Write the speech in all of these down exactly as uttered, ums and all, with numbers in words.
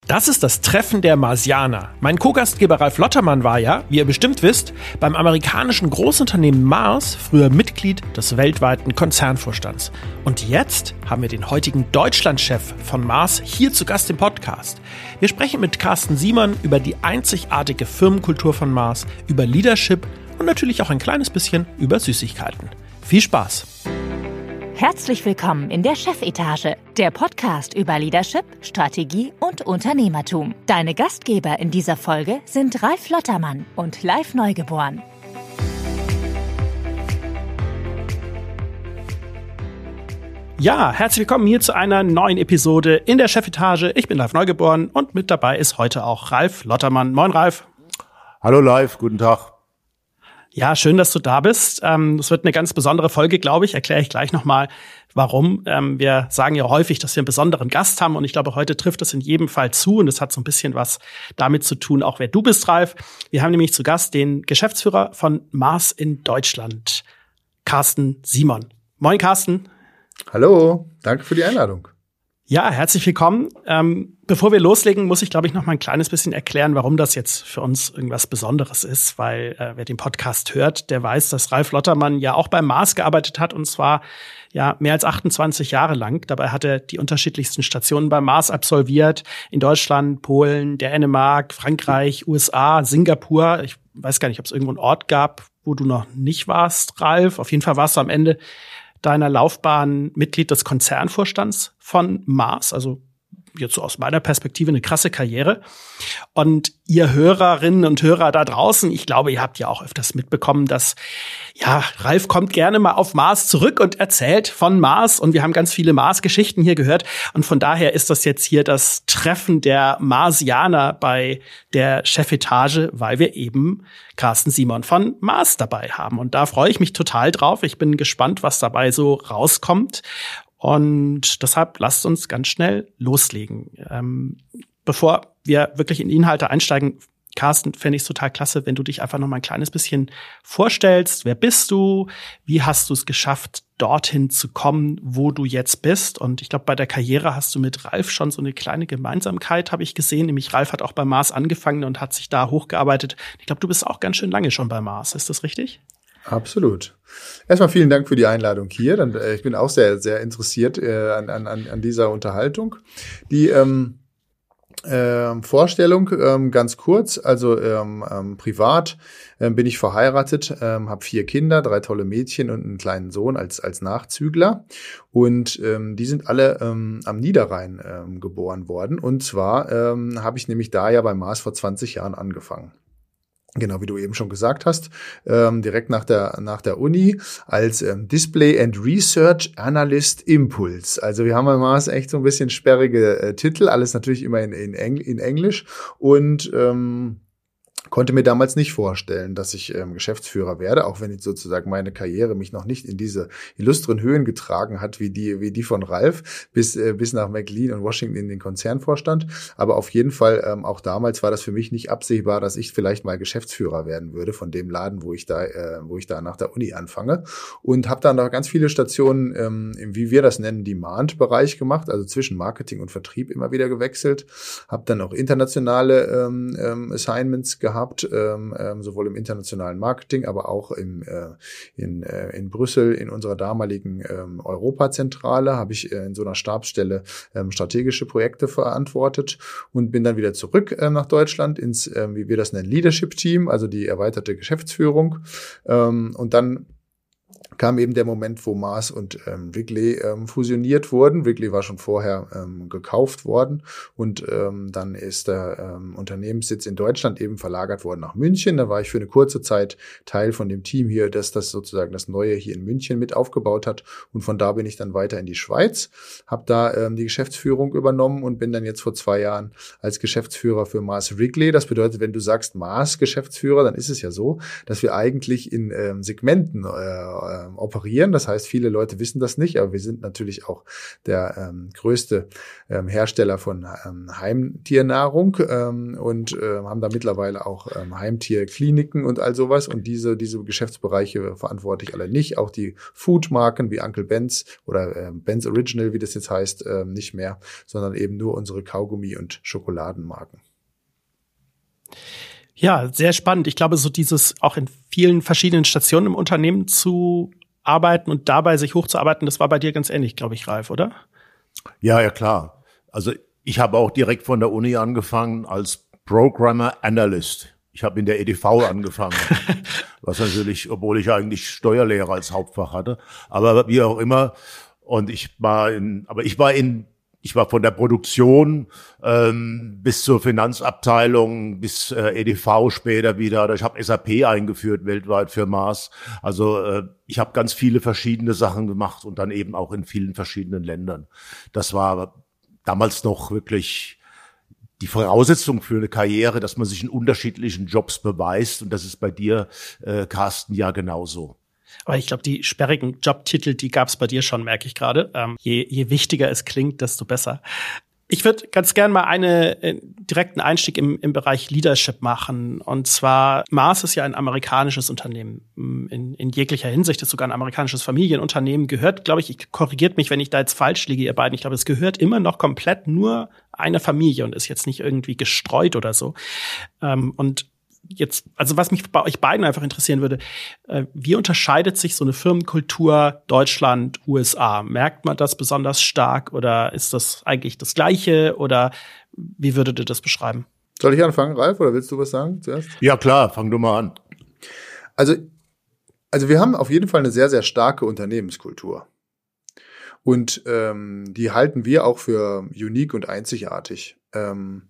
Das ist das Treffen der Marsianer. Mein Co-Gastgeber Ralf Lottermann war ja, wie ihr bestimmt wisst, beim amerikanischen Großunternehmen Mars früher Mitglied des weltweiten Konzernvorstands. Und jetzt haben wir den heutigen Deutschlandchef von Mars hier zu Gast im Podcast. Wir sprechen mit Carsten Simon über die einzigartige Firmenkultur von Mars, über Leadership und natürlich auch ein kleines bisschen über Süßigkeiten. Viel Spaß! Herzlich willkommen in der Chefetage, der Podcast über Leadership, Strategie und Unternehmertum. Deine Gastgeber in dieser Folge sind Ralf Lottermann und Live Neugeboren. Ja, herzlich willkommen hier zu einer neuen Episode in der Chefetage. Ich bin Live Neugeboren und mit dabei ist heute auch Ralf Lottermann. Moin Ralf. Hallo Live, guten Tag. Ja, schön, dass du da bist. Ähm, das wird eine ganz besondere Folge, glaube ich. Erkläre ich gleich nochmal, warum. Ähm, wir sagen ja häufig, dass wir einen besonderen Gast haben. Und ich glaube, heute trifft das in jedem Fall zu. Und es hat so ein bisschen was damit zu tun, auch wer du bist, Ralf. Wir haben nämlich zu Gast den Geschäftsführer von Mars in Deutschland, Carsten Simon. Moin, Carsten. Hallo, danke für die Einladung. Ja, herzlich willkommen. Ähm, bevor wir loslegen, muss ich, glaube ich, noch mal ein kleines bisschen erklären, warum das jetzt für uns irgendwas Besonderes ist. Weil äh, wer den Podcast hört, der weiß, dass Ralf Lottermann ja auch bei Mars gearbeitet hat, und zwar ja mehr als achtundzwanzig Jahre lang. Dabei hat er die unterschiedlichsten Stationen bei Mars absolviert. In Deutschland, Polen, Dänemark, Frankreich, U S A, Singapur. Ich weiß gar nicht, ob es irgendwo einen Ort gab, wo du noch nicht warst, Ralf. Auf jeden Fall warst du am Ende deiner Laufbahn Mitglied des Konzernvorstands von Mars, also jetzt so aus meiner Perspektive eine krasse Karriere. Und ihr Hörerinnen und Hörer da draußen, ich glaube, ihr habt ja auch öfters mitbekommen, dass, ja, Ralf kommt gerne mal auf Mars zurück und erzählt von Mars. Und wir haben ganz viele Mars-Geschichten hier gehört. Und von daher ist das jetzt hier das Treffen der Marsianer bei der Chefetage, weil wir eben Carsten Simon von Mars dabei haben. Und da freue ich mich total drauf. Ich bin gespannt, was dabei so rauskommt. Und deshalb lasst uns ganz schnell loslegen. Ähm, bevor wir wirklich in Inhalte einsteigen, Carsten, fände ich es total klasse, wenn du dich einfach noch mal ein kleines bisschen vorstellst. Wer bist du? Wie hast du es geschafft, dorthin zu kommen, wo du jetzt bist? Und ich glaube, bei der Karriere hast du mit Ralf schon so eine kleine Gemeinsamkeit, habe ich gesehen. Nämlich Ralf hat auch bei Mars angefangen und hat sich da hochgearbeitet. Ich glaube, du bist auch ganz schön lange schon bei Mars. Ist das richtig? Absolut. Erstmal vielen Dank für die Einladung hier. Dann, äh, ich bin auch sehr, sehr interessiert äh, an, an, an dieser Unterhaltung. Die ähm, äh, Vorstellung ähm, ganz kurz. Also ähm, ähm, privat ähm, bin ich verheiratet, ähm, habe vier Kinder, drei tolle Mädchen und einen kleinen Sohn als als Nachzügler. Und ähm, die sind alle ähm, am Niederrhein ähm, geboren worden. Und zwar ähm, habe ich nämlich da ja bei Mars vor zwanzig Jahren angefangen. Genau, wie du eben schon gesagt hast, ähm, direkt nach der nach der Uni als ähm, Display and Research Analyst Impulse. Also wir haben bei Mars echt so ein bisschen sperrige äh, Titel, alles natürlich immer in in, Engl- in Englisch und ähm, konnte mir damals nicht vorstellen, dass ich ähm, Geschäftsführer werde, auch wenn jetzt sozusagen meine Karriere mich noch nicht in diese illustren Höhen getragen hat, wie die wie die von Ralf, bis äh, bis nach McLean und Washington in den Konzernvorstand. Aber auf jeden Fall, ähm, auch damals war das für mich nicht absehbar, dass ich vielleicht mal Geschäftsführer werden würde von dem Laden, wo ich da äh, wo ich da nach der Uni anfange. Und habe dann noch ganz viele Stationen, ähm, im, wie wir das nennen, Demand-Bereich gemacht, also zwischen Marketing und Vertrieb immer wieder gewechselt. Habe dann auch internationale ähm, ähm, Assignments gehabt. Gehabt, ähm, ähm, sowohl im internationalen Marketing, aber auch im, äh, in, äh, in Brüssel, in unserer damaligen ähm, Europazentrale, habe ich äh, in so einer Stabsstelle ähm, strategische Projekte verantwortet und bin dann wieder zurück äh, nach Deutschland ins, äh, wie wir das nennen, Leadership-Team, also die erweiterte Geschäftsführung. Ähm, und dann kam eben der Moment, wo Mars und ähm, Wrigley ähm, fusioniert wurden. Wrigley war schon vorher ähm, gekauft worden und ähm, dann ist der ähm, Unternehmenssitz in Deutschland eben verlagert worden nach München. Da war ich für eine kurze Zeit Teil von dem Team hier, das das sozusagen das Neue hier in München mit aufgebaut hat, und von da bin ich dann weiter in die Schweiz, habe da ähm, die Geschäftsführung übernommen und bin dann jetzt vor zwei Jahren als Geschäftsführer für Mars Wrigley. Das bedeutet, wenn du sagst Mars Geschäftsführer, dann ist es ja so, dass wir eigentlich in ähm, Segmenten äh, ähm, operieren. Das heißt, viele Leute wissen das nicht, aber wir sind natürlich auch der ähm, größte ähm, Hersteller von ähm, Heimtiernahrung ähm, und äh, haben da mittlerweile auch ähm, Heimtierkliniken und all sowas. Und diese diese Geschäftsbereiche verantworte ich alle nicht. Auch die Foodmarken wie Uncle Ben's oder äh, Ben's Original, wie das jetzt heißt, äh, nicht mehr, sondern eben nur unsere Kaugummi- und Schokoladenmarken. Ja, sehr spannend. Ich glaube, so dieses auch in vielen verschiedenen Stationen im Unternehmen zu arbeiten und dabei sich hochzuarbeiten, das war bei dir ganz ähnlich, glaube ich, Ralf, oder? Ja, ja, klar. Also ich habe auch direkt von der Uni angefangen als Programmer Analyst. Ich habe in der E D V angefangen, was natürlich, obwohl ich eigentlich Steuerlehre als Hauptfach hatte, aber wie auch immer. Und ich war in, aber ich war in Ich war von der Produktion ähm, bis zur Finanzabteilung, bis äh, E D V später wieder. Ich habe S A P eingeführt weltweit für Mars. Also äh, ich habe ganz viele verschiedene Sachen gemacht und dann eben auch in vielen verschiedenen Ländern. Das war damals noch wirklich die Voraussetzung für eine Karriere, dass man sich in unterschiedlichen Jobs beweist. Und das ist bei dir, äh, Carsten, ja genauso. Aber ich glaube, die sperrigen Jobtitel, die gab es bei dir schon, merke ich gerade. Ähm, je, je wichtiger es klingt, desto besser. Ich würde ganz gern mal einen äh, direkten Einstieg im, im Bereich Leadership machen. Und zwar, Mars ist ja ein amerikanisches Unternehmen. In, in jeglicher Hinsicht ist sogar ein amerikanisches Familienunternehmen. Gehört, glaube ich, ich korrigiert mich, wenn ich da jetzt falsch liege, ihr beiden. Ich glaube, es gehört immer noch komplett nur einer Familie und ist jetzt nicht irgendwie gestreut oder so. Ähm, und Jetzt, also was mich bei euch beiden einfach interessieren würde, äh, wie unterscheidet sich so eine Firmenkultur Deutschland, U S A? Merkt man das besonders stark oder ist das eigentlich das Gleiche oder wie würdet ihr das beschreiben? Soll ich anfangen, Ralf, oder willst du was sagen zuerst? Ja klar, fang du mal an. Also, also wir haben auf jeden Fall eine sehr, sehr starke Unternehmenskultur. Und ähm, die halten wir auch für unique und einzigartig. Ähm,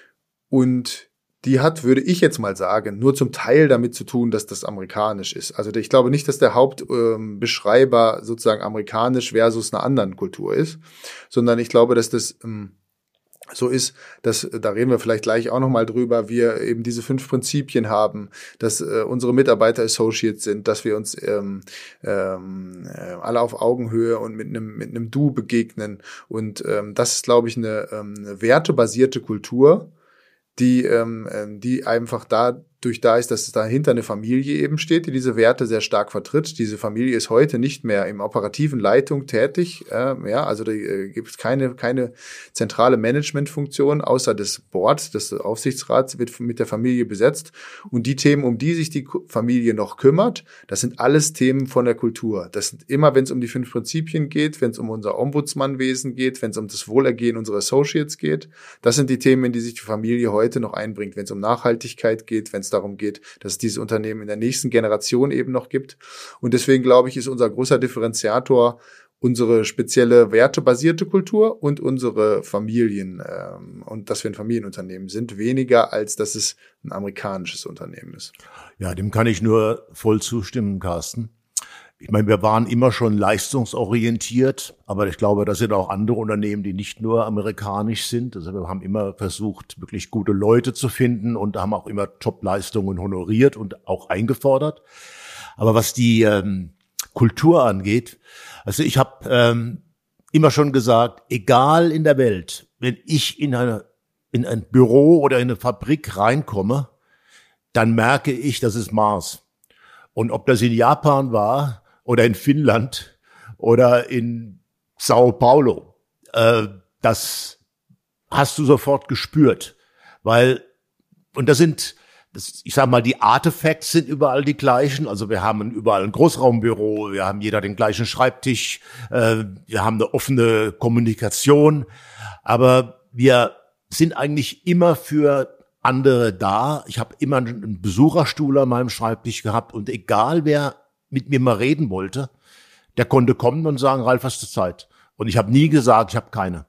und die hat, würde ich jetzt mal sagen, nur zum Teil damit zu tun, dass das amerikanisch ist. Also ich glaube nicht, dass der Hauptbeschreiber ähm, sozusagen amerikanisch versus einer anderen Kultur ist, sondern ich glaube, dass das ähm, so ist, dass, da reden wir vielleicht gleich auch nochmal drüber, wir eben diese fünf Prinzipien haben, dass äh, unsere Mitarbeiter Associates sind, dass wir uns ähm, ähm, äh, alle auf Augenhöhe und mit einem mit einem Du begegnen. Und ähm, das ist, glaube ich, eine, ähm, eine wertebasierte Kultur, die ähm, die einfach dadurch da ist, dass es dahinter eine Familie eben steht, die diese Werte sehr stark vertritt. Diese Familie ist heute nicht mehr im operativen Leitung tätig, äh, ja, also da äh, gibt es keine keine zentrale Managementfunktion, außer das Board, das Aufsichtsrat wird mit der Familie besetzt. Und die Themen, um die sich die Familie noch kümmert, das sind alles Themen von der Kultur. Das sind immer, wenn es um die fünf Prinzipien geht, wenn es um unser Ombudsmannwesen geht, wenn es um das Wohlergehen unserer Associates geht, das sind die Themen, in die sich die Familie heute noch einbringt, wenn es um Nachhaltigkeit geht, wenn es darum geht, dass es dieses Unternehmen in der nächsten Generation eben noch gibt. Und deswegen, glaube ich, ist unser großer Differenziator unsere spezielle wertebasierte Kultur und unsere Familien ähm, und dass wir ein Familienunternehmen sind, weniger als dass es ein amerikanisches Unternehmen ist. Ja, dem kann ich nur voll zustimmen, Carsten. Ich meine, wir waren immer schon leistungsorientiert, aber ich glaube, das sind auch andere Unternehmen, die nicht nur amerikanisch sind. Also wir haben immer versucht, wirklich gute Leute zu finden und haben auch immer Top-Leistungen honoriert und auch eingefordert. Aber was die ähm, Kultur angeht, also ich habe ähm, immer schon gesagt, egal in der Welt, wenn ich in eine in ein Büro oder in eine Fabrik reinkomme, dann merke ich, das ist Mars. Und ob das in Japan war oder in Finnland oder in Sao Paulo, äh, das hast du sofort gespürt, weil, und das sind, das, ich sag mal, die Artefacts sind überall die gleichen, also wir haben überall ein Großraumbüro, wir haben jeder den gleichen Schreibtisch, äh, wir haben eine offene Kommunikation, aber wir sind eigentlich immer für andere da. Ich habe immer einen Besucherstuhl an meinem Schreibtisch gehabt und egal wer mit mir mal reden wollte, der konnte kommen und sagen, Ralf, hast du Zeit? Und ich habe nie gesagt, ich habe keine.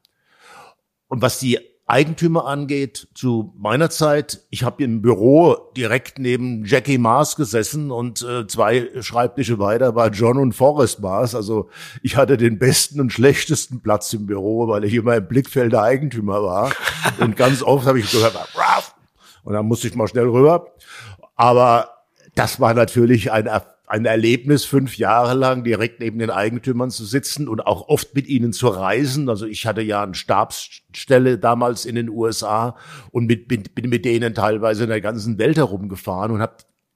Und was die Eigentümer angeht, zu meiner Zeit, ich habe im Büro direkt neben Jackie Mars gesessen und äh, zwei Schreibtische weiter war John und Forrest Mars. Also ich hatte den besten und schlechtesten Platz im Büro, weil ich immer im Blickfeld der Eigentümer war. Und ganz oft habe ich gehört, Ralf! Und dann musste ich mal schnell rüber. Aber das war natürlich ein ein Erlebnis, fünf Jahre lang direkt neben den Eigentümern zu sitzen und auch oft mit ihnen zu reisen. Also ich hatte ja eine Stabsstelle damals in den U S A und mit, mit, bin mit denen teilweise in der ganzen Welt herumgefahren und habe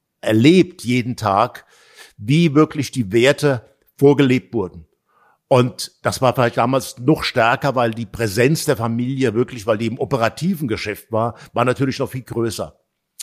erlebt jeden Tag, wie wirklich die Werte vorgelebt wurden. Und das war vielleicht damals noch stärker, weil die Präsenz der Familie wirklich, weil die im operativen Geschäft war, war natürlich noch viel größer.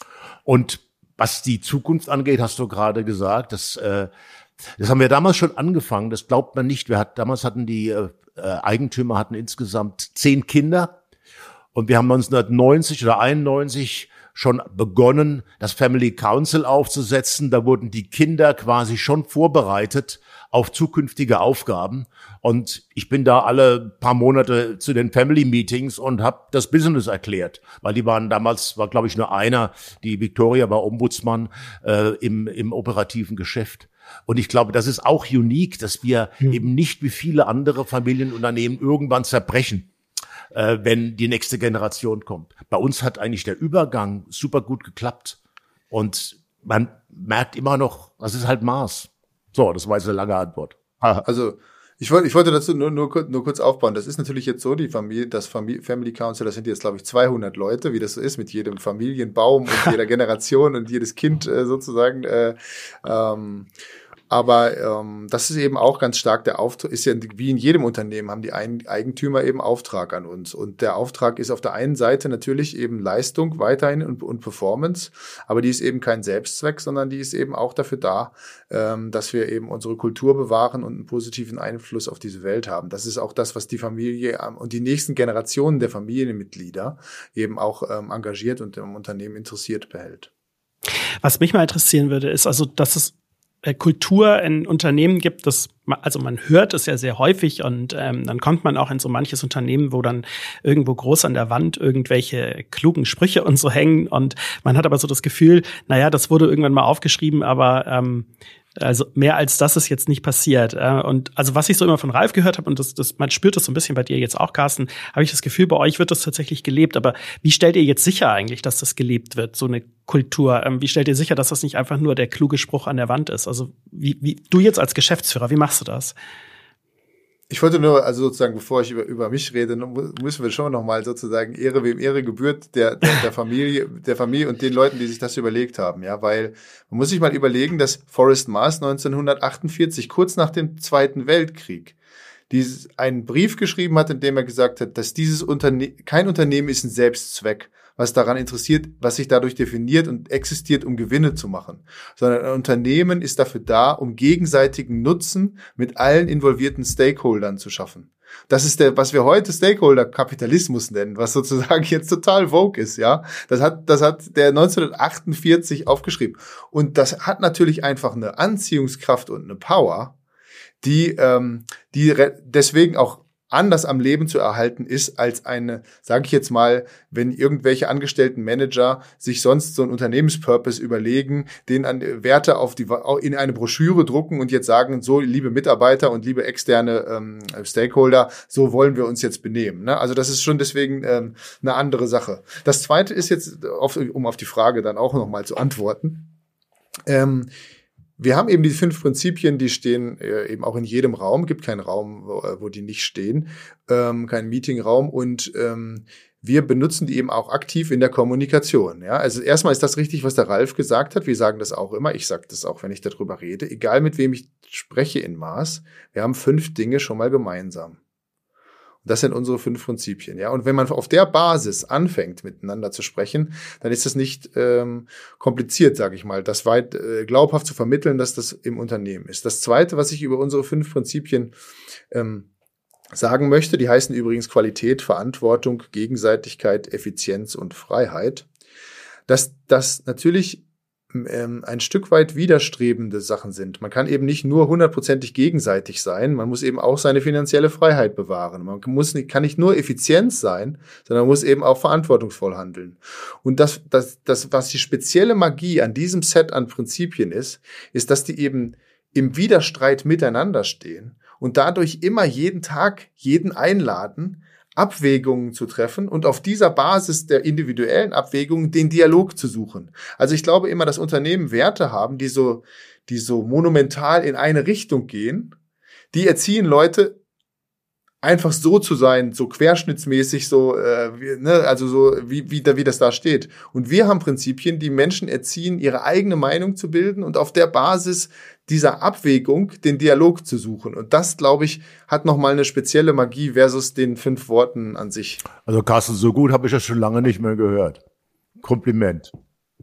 Und was die Zukunft angeht, hast du gerade gesagt, das, äh, das haben wir damals schon angefangen, das glaubt man nicht. Wir hatten, damals hatten die äh, Eigentümer hatten insgesamt zehn Kinder und wir haben neunzehnhundertneunzig oder einundneunzig schon begonnen, das Family Council aufzusetzen. Da wurden die Kinder quasi schon vorbereitet auf zukünftige Aufgaben. Und ich bin da alle paar Monate zu den Family Meetings und habe das Business erklärt, weil die waren damals, war glaube ich nur einer, die Victoria war Ombudsmann äh, im, im operativen Geschäft. Und ich glaube, das ist auch unique, dass wir hm. eben nicht wie viele andere Familienunternehmen irgendwann zerbrechen, äh, wenn die nächste Generation kommt. Bei uns hat eigentlich der Übergang super gut geklappt. Und man merkt immer noch, das ist halt Maß. So, das war jetzt eine lange Antwort. Also ich wollte, ich wollte dazu nur, nur, nur kurz aufbauen. Das ist natürlich jetzt so, die Familie, das Family, Family Council, das sind jetzt, glaube ich, zweihundert Leute, wie das so ist, mit jedem Familienbaum und jeder Generation und jedes Kind äh, sozusagen. Äh, ähm, Aber ähm, das ist eben auch ganz stark der Auftrag, ist ja wie in jedem Unternehmen haben die Eigentümer eben Auftrag an uns. Und der Auftrag ist auf der einen Seite natürlich eben Leistung weiterhin und, und Performance, aber die ist eben kein Selbstzweck, sondern die ist eben auch dafür da, ähm, dass wir eben unsere Kultur bewahren und einen positiven Einfluss auf diese Welt haben. Das ist auch das, was die Familie ähm, und die nächsten Generationen der Familienmitglieder eben auch ähm, engagiert und im Unternehmen interessiert behält. Was mich mal interessieren würde, ist also, dass es Kultur in Unternehmen gibt, das, also man hört es ja sehr häufig und ähm, dann kommt man auch in so manches Unternehmen, wo dann irgendwo groß an der Wand irgendwelche klugen Sprüche und so hängen und man hat aber so das Gefühl, naja, das wurde irgendwann mal aufgeschrieben, aber ähm, also mehr als das ist jetzt nicht passiert. Und also was ich so immer von Ralf gehört habe, und das, das, man spürt das so ein bisschen bei dir jetzt auch, Carsten, habe ich das Gefühl, bei euch wird das tatsächlich gelebt. Aber wie stellt ihr jetzt sicher eigentlich, dass das gelebt wird, so eine Kultur? Wie stellt ihr sicher, dass das nicht einfach nur der kluge Spruch an der Wand ist? Also wie, wie du jetzt als Geschäftsführer, wie machst du das? Ich wollte nur, also sozusagen, bevor ich über, über mich rede, müssen wir schon nochmal sozusagen Ehre, wem Ehre gebührt, der, der, der Familie, der Familie und den Leuten, die sich das überlegt haben, ja, weil man muss sich mal überlegen, dass Forrest Mars neunzehnhundertachtundvierzig, kurz nach dem Zweiten Weltkrieg, dieses, einen Brief geschrieben hat, in dem er gesagt hat, dass dieses Unternehmen, kein Unternehmen ist ein Selbstzweck, was daran interessiert, was sich dadurch definiert und existiert, um Gewinne zu machen. Sondern ein Unternehmen ist dafür da, um gegenseitigen Nutzen mit allen involvierten Stakeholdern zu schaffen. Das ist der, was wir heute Stakeholder-Kapitalismus nennen, was sozusagen jetzt total vogue ist, ja. Das hat, das hat der neunzehnhundertachtundvierzig aufgeschrieben. Und das hat natürlich einfach eine Anziehungskraft und eine Power, die, ähm, die deswegen auch anders am Leben zu erhalten ist als eine, sage ich jetzt mal, wenn irgendwelche angestellten Manager sich sonst so einen Unternehmenspurpose überlegen, den an Werte auf die in eine Broschüre drucken und jetzt sagen, so liebe Mitarbeiter und liebe externe ähm, Stakeholder, so wollen wir uns jetzt benehmen. Ne? Also das ist schon deswegen ähm, eine andere Sache. Das Zweite ist jetzt, auf, um auf die Frage dann auch nochmal zu antworten. Ähm, Wir haben eben die fünf Prinzipien, die stehen äh, eben auch in jedem Raum. Gibt keinen Raum, wo, wo die nicht stehen, ähm, keinen Meetingraum. Und ähm, wir benutzen die eben auch aktiv in der Kommunikation. Ja, also erstmal ist das richtig, was der Ralf gesagt hat. Wir sagen das auch immer. Ich sage das auch, wenn ich darüber rede. Egal mit wem ich spreche in Mars, wir haben fünf Dinge schon mal gemeinsam. Das sind unsere fünf Prinzipien, ja. Und wenn man auf der Basis anfängt, miteinander zu sprechen, dann ist das nicht ähm, kompliziert, sage ich mal, das weit äh, glaubhaft zu vermitteln, dass das im Unternehmen ist. Das Zweite, was ich über unsere fünf Prinzipien ähm, sagen möchte, die heißen übrigens Qualität, Verantwortung, Gegenseitigkeit, Effizienz und Freiheit, dass das natürlich ein Stück weit widerstrebende Sachen sind. Man kann eben nicht nur hundertprozentig gegenseitig sein, man muss eben auch seine finanzielle Freiheit bewahren. Man muss nicht, kann nicht nur Effizienz sein, sondern man muss eben auch verantwortungsvoll handeln. Und das, das, das, was die spezielle Magie an diesem Set an Prinzipien ist, ist, dass die eben im Widerstreit miteinander stehen und dadurch immer jeden Tag jeden einladen, Abwägungen zu treffen und auf dieser Basis der individuellen Abwägungen den Dialog zu suchen. Also ich glaube immer, dass Unternehmen Werte haben, die so, die so monumental in eine Richtung gehen, die erziehen Leute, einfach so zu sein, so querschnittsmäßig, so, äh, wie, ne, also so, wie, wie, wie das da steht. Und wir haben Prinzipien, die Menschen erziehen, ihre eigene Meinung zu bilden und auf der Basis dieser Abwägung den Dialog zu suchen. Und das, glaube ich, hat nochmal eine spezielle Magie versus den fünf Worten an sich. Also Carsten, so gut habe ich das schon lange nicht mehr gehört. Kompliment.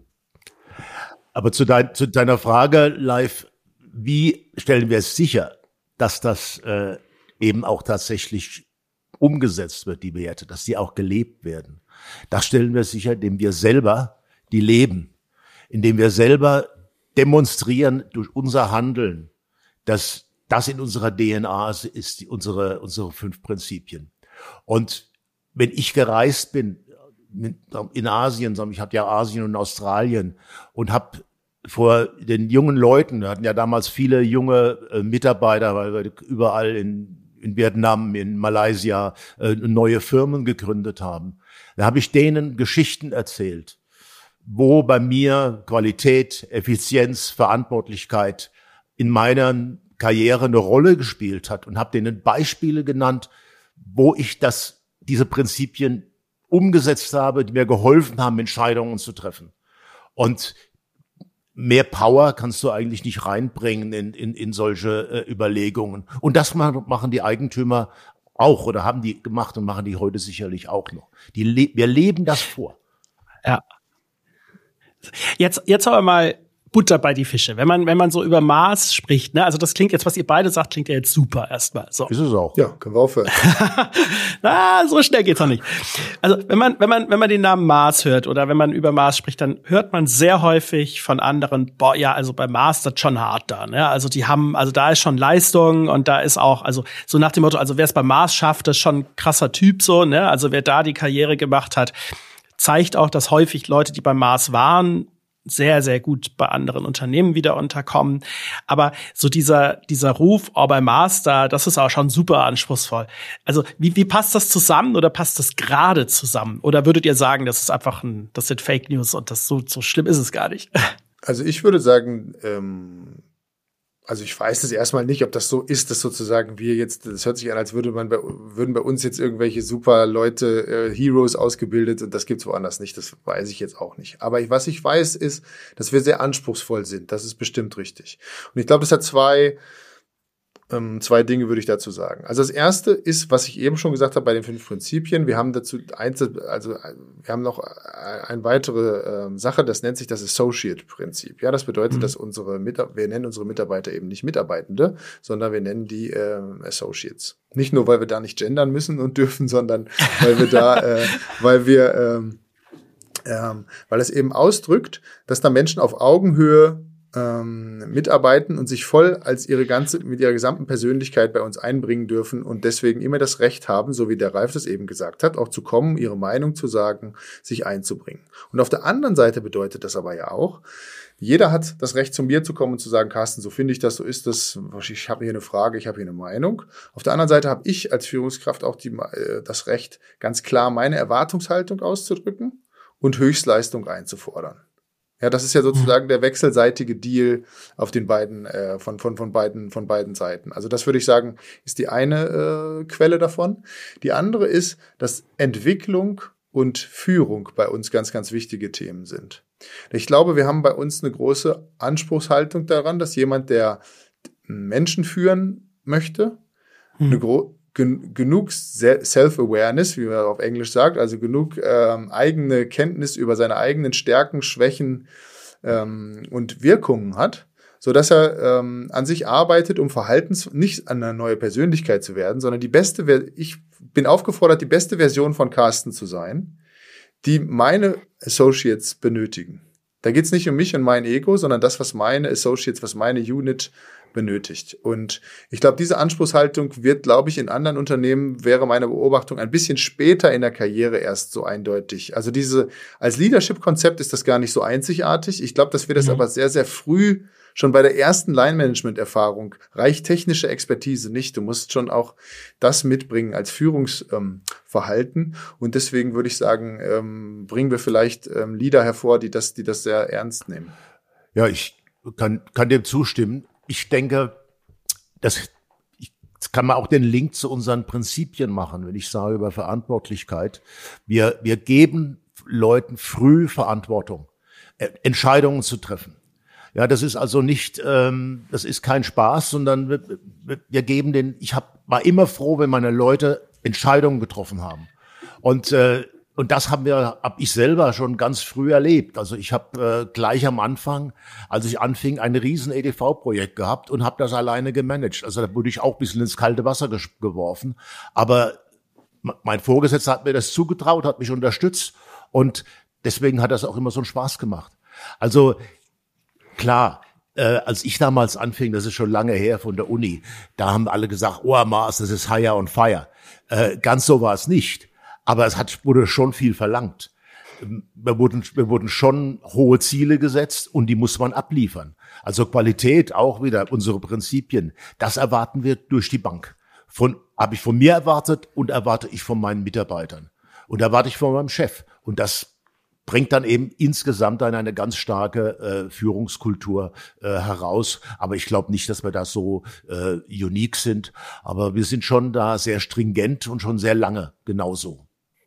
Aber zu, dein, zu deiner Frage, Live, wie stellen wir es sicher, dass das äh, eben auch tatsächlich umgesetzt wird, die Werte, dass die auch gelebt werden. Das stellen wir sicher, indem wir selber die leben, indem wir selber demonstrieren durch unser Handeln, dass das in unserer D N A ist, unsere, unsere fünf Prinzipien. Und wenn ich gereist bin in Asien, ich hatte ja Asien und Australien und habe vor den jungen Leuten, wir hatten ja damals viele junge Mitarbeiter, weil wir überall in in Vietnam, in Malaysia äh, neue Firmen gegründet haben. Da habe ich denen Geschichten erzählt, wo bei mir Qualität, Effizienz, Verantwortlichkeit in meiner Karriere eine Rolle gespielt hat und habe denen Beispiele genannt, wo ich das, diese Prinzipien umgesetzt habe, die mir geholfen haben, Entscheidungen zu treffen. Und mehr Power kannst du eigentlich nicht reinbringen in, in, in solche äh, Überlegungen. Und das machen die Eigentümer auch oder haben die gemacht und machen die heute sicherlich auch noch. Die le- wir leben das vor. Ja. Jetzt, jetzt aber mal Butter bei die Fische. Wenn man, wenn man so über Maß spricht, ne, also das klingt jetzt, was ihr beide sagt, klingt ja jetzt super erstmal. So. Ist es auch. Ja, können wir aufhören. Na, so schnell geht's noch nicht. Also, wenn man, wenn man, wenn man den Namen Mars hört oder wenn man über Mars spricht, dann hört man sehr häufig von anderen, boah, ja, also bei Mars, das ist schon hart da, ne? Also, die haben, also da ist schon Leistung und da ist auch, also, so nach dem Motto, also wer es bei Mars schafft, das ist schon ein krasser Typ, so, ne? Also, wer da die Karriere gemacht hat, zeigt auch, dass häufig Leute, die bei Mars waren, sehr, sehr gut bei anderen Unternehmen wieder unterkommen. Aber so dieser, dieser Ruf, oh, bei Master, das ist auch schon super anspruchsvoll. Also, wie, wie passt das zusammen oder passt das gerade zusammen? Oder würdet ihr sagen, das ist einfach ein, das sind Fake News und das so, so schlimm ist es gar nicht? Also, ich würde sagen, ähm, also ich weiß es erstmal nicht, ob das so ist, dass sozusagen wir jetzt, das hört sich an, als würde man bei, würden bei uns jetzt irgendwelche super Leute, äh, Heroes ausgebildet und das gibt's woanders nicht, das weiß ich jetzt auch nicht. Aber ich, was ich weiß ist, dass wir sehr anspruchsvoll sind, das ist bestimmt richtig. Und ich glaube, das hat zwei, ähm, zwei Dinge würde ich dazu sagen. Also das erste ist, was ich eben schon gesagt habe bei den fünf Prinzipien, wir haben dazu eins, also wir haben noch eine weitere ähm, Sache, das nennt sich das Associate-Prinzip. Ja, das bedeutet, mhm. dass unsere Mitarbeiter, wir nennen unsere Mitarbeiter eben nicht Mitarbeitende, sondern wir nennen die ähm, Associates. Nicht nur, weil wir da nicht gendern müssen und dürfen, sondern weil wir da, äh, weil wir, ähm, ähm, weil es eben ausdrückt, dass da Menschen auf Augenhöhe ähm, mitarbeiten und sich voll als ihre ganze, mit ihrer gesamten Persönlichkeit bei uns einbringen dürfen und deswegen immer das Recht haben, so wie der Ralf das eben gesagt hat, auch zu kommen, ihre Meinung zu sagen, sich einzubringen. Und auf der anderen Seite bedeutet das aber ja auch, jeder hat das Recht, zu mir zu kommen und zu sagen, Carsten, so finde ich das, so ist das, ich habe hier eine Frage, ich habe hier eine Meinung. Auf der anderen Seite habe ich als Führungskraft auch die, äh, das Recht, ganz klar meine Erwartungshaltung auszudrücken und Höchstleistung einzufordern. Ja, das ist ja sozusagen der wechselseitige Deal auf den beiden, äh, von, von, von beiden, von beiden Seiten. Also das würde ich sagen, ist die eine äh, Quelle davon. Die andere ist, dass Entwicklung und Führung bei uns ganz, ganz wichtige Themen sind. Ich glaube, wir haben bei uns eine große Anspruchshaltung daran, dass jemand, der Menschen führen möchte, hm. eine gro- gen- genug Self-Awareness, wie man auf Englisch sagt, also genug ähm, eigene Kenntnis über seine eigenen Stärken, Schwächen ähm, und Wirkungen hat, so dass er ähm, an sich arbeitet, um Verhaltens nicht an eine neue Persönlichkeit zu werden, sondern die beste, ich bin aufgefordert, die beste Version von Carsten zu sein, die meine Associates benötigen. Da geht's nicht um mich und mein Ego, sondern das, was meine Associates, was meine Unit benötigt. Und ich glaube, diese Anspruchshaltung wird, glaube ich, in anderen Unternehmen, wäre meine Beobachtung, ein bisschen später in der Karriere erst so eindeutig. Also diese, als Leadership-Konzept ist das gar nicht so einzigartig. Ich glaube, dass wir das mhm. aber sehr, sehr früh schon bei der ersten Line-Management-Erfahrung reicht technische Expertise nicht. Du musst schon auch das mitbringen als Führungsverhalten. Ähm, und deswegen würde ich sagen, ähm, bringen wir vielleicht ähm, Leader hervor, die das, die das sehr ernst nehmen. Ja, ich kann, kann dem zustimmen. Ich denke, das Jetzt kann man auch den Link zu unseren Prinzipien machen, wenn ich sage über Verantwortlichkeit. Wir, wir geben Leuten früh Verantwortung, Entscheidungen zu treffen. Ja, das ist also nicht, ähm, das ist kein Spaß, sondern wir, wir geben den, ich hab, war immer froh, wenn meine Leute Entscheidungen getroffen haben. Und äh, Und das haben wir, hab ich selber schon ganz früh erlebt. Also ich habe äh, gleich am Anfang, als ich anfing, ein riesen E D V-Projekt gehabt und habe das alleine gemanagt. Also da wurde ich auch ein bisschen ins kalte Wasser ges- geworfen. Aber mein Vorgesetzter hat mir das zugetraut, hat mich unterstützt und deswegen hat das auch immer so einen Spaß gemacht. Also klar, äh, als ich damals anfing, das ist schon lange her von der Uni, da haben alle gesagt, oh Mars, das ist Hire on Fire. Äh, ganz so war es nicht. Aber es hat, wurde schon viel verlangt. Wir wurden, wir wurden schon hohe Ziele gesetzt und die muss man abliefern. Also Qualität, auch wieder unsere Prinzipien. Das erwarten wir durch die Bank. Von, habe ich von mir erwartet und erwarte ich von meinen Mitarbeitern. Und erwarte ich von meinem Chef. Und das bringt dann eben insgesamt dann eine ganz starke äh, Führungskultur äh, heraus. Aber ich glaube nicht, dass wir da so äh, unique sind. Aber wir sind schon da sehr stringent und schon sehr lange genauso.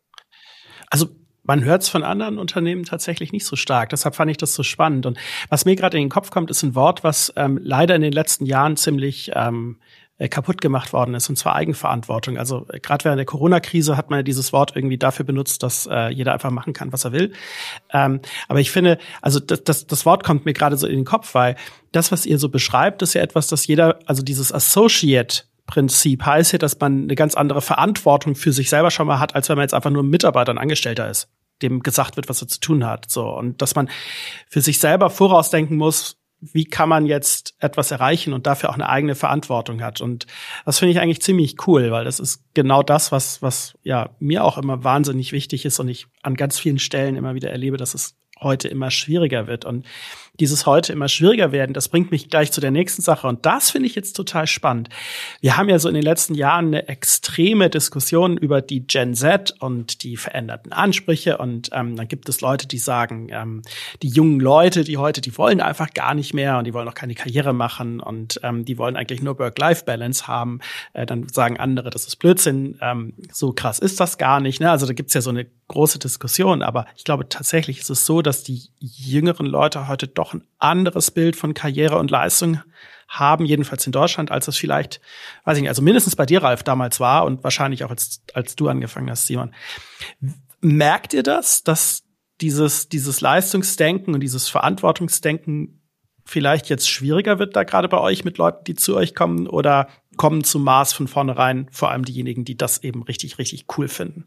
Also man hört es von anderen Unternehmen tatsächlich nicht so stark. Deshalb fand ich das so spannend. Und was mir gerade in den Kopf kommt, ist ein Wort, was ähm, leider in den letzten Jahren ziemlich ähm, kaputt gemacht worden ist, und zwar Eigenverantwortung. Also gerade während der Corona-Krise hat man ja dieses Wort irgendwie dafür benutzt, dass äh, jeder einfach machen kann, was er will. Ähm, aber ich finde, also das, das, das Wort kommt mir gerade so in den Kopf, weil das, was ihr so beschreibt, ist ja etwas, das jeder, also dieses Associate Prinzip heißt ja, dass man eine ganz andere Verantwortung für sich selber schon mal hat, als wenn man jetzt einfach nur ein Mitarbeiter, ein Angestellter ist, dem gesagt wird, was er zu tun hat. So, und dass man für sich selber vorausdenken muss, wie kann man jetzt etwas erreichen und dafür auch eine eigene Verantwortung hat. Und das finde ich eigentlich ziemlich cool, weil das ist genau das, was, was ja mir auch immer wahnsinnig wichtig ist und ich an ganz vielen Stellen immer wieder erlebe, dass es heute immer schwieriger wird. Und dieses heute immer schwieriger werden, das bringt mich gleich zu der nächsten Sache. Und das finde ich jetzt total spannend. Wir haben ja so in den letzten Jahren eine extreme Diskussion über die Gen Z und die veränderten Ansprüche. Und ähm, dann gibt es Leute, die sagen, ähm, die jungen Leute, die heute, die wollen einfach gar nicht mehr und die wollen auch keine Karriere machen und ähm, die wollen eigentlich nur Work-Life-Balance haben. Äh, dann sagen andere, das ist Blödsinn. Ähm, so krass ist das gar nicht. Ne? Also da gibt's ja so eine große Diskussion. Aber ich glaube, tatsächlich ist es so, dass die jüngeren Leute heute doch ein anderes Bild von Karriere und Leistung haben, jedenfalls in Deutschland, als es vielleicht, weiß ich nicht, also mindestens bei dir, Ralf, damals war und wahrscheinlich auch als, als du angefangen hast, Simon. Merkt ihr das, dass dieses, dieses Leistungsdenken und dieses Verantwortungsdenken vielleicht jetzt schwieriger wird da gerade bei euch mit Leuten, die zu euch kommen, oder kommen zum Mars von vornherein vor allem diejenigen, die das eben richtig, richtig cool finden?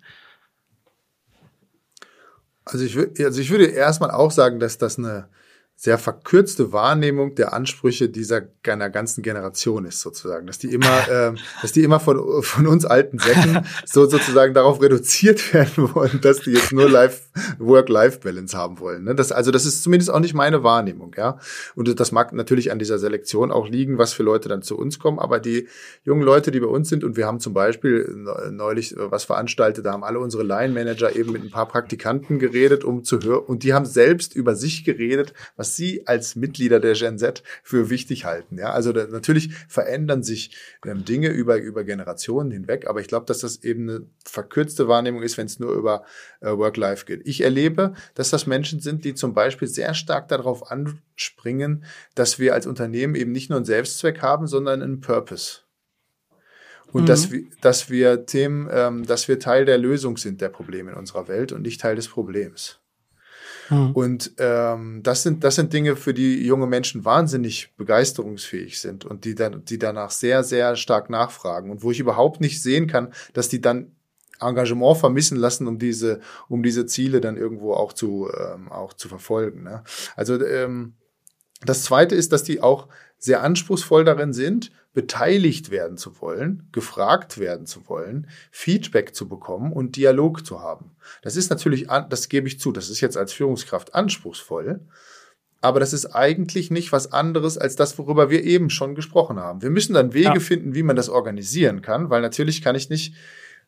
Also ich, also ich würde erstmal auch sagen, dass das eine sehr verkürzte Wahrnehmung der Ansprüche dieser einer ganzen Generation ist, sozusagen, dass die immer, ähm, dass die immer von von uns alten Säcken so sozusagen darauf reduziert werden wollen, dass die jetzt nur Life Work-Life-Balance haben wollen. Ne? Das, also das ist zumindest auch nicht meine Wahrnehmung, ja. Und das mag natürlich an dieser Selektion auch liegen, was für Leute dann zu uns kommen. Aber die jungen Leute, die bei uns sind, und wir haben zum Beispiel neulich was veranstaltet, da haben alle unsere Line-Manager eben mit ein paar Praktikanten geredet, um zu hören, und die haben selbst über sich geredet, was sie als Mitglieder der Gen Z für wichtig halten. Ja, also da, natürlich verändern sich ähm, Dinge über über Generationen hinweg, aber ich glaube, dass das eben eine verkürzte Wahrnehmung ist, wenn es nur über äh, Work-Life geht. Ich erlebe, dass das Menschen sind, die zum Beispiel sehr stark darauf anspringen, dass wir als Unternehmen eben nicht nur einen Selbstzweck haben, sondern einen Purpose. Und mhm. dass wir, dass wir Themen, ähm, dass wir Teil der Lösung sind der Probleme in unserer Welt und nicht Teil des Problems. Mhm. Und ähm, das sind das sind Dinge, für die junge Menschen wahnsinnig begeisterungsfähig sind und die dann die danach sehr sehr stark nachfragen und wo ich überhaupt nicht sehen kann, dass die dann Engagement vermissen lassen, um diese um diese Ziele dann irgendwo auch zu ähm, auch zu verfolgen. Ne? Also ähm, das Zweite ist, dass die auch sehr anspruchsvoll darin sind, beteiligt werden zu wollen, gefragt werden zu wollen, Feedback zu bekommen und Dialog zu haben. Das ist natürlich, das gebe ich zu, das ist jetzt als Führungskraft anspruchsvoll, aber das ist eigentlich nicht was anderes als das, worüber wir eben schon gesprochen haben. Wir müssen dann Wege ja. finden, wie man das organisieren kann, weil natürlich kann ich nicht,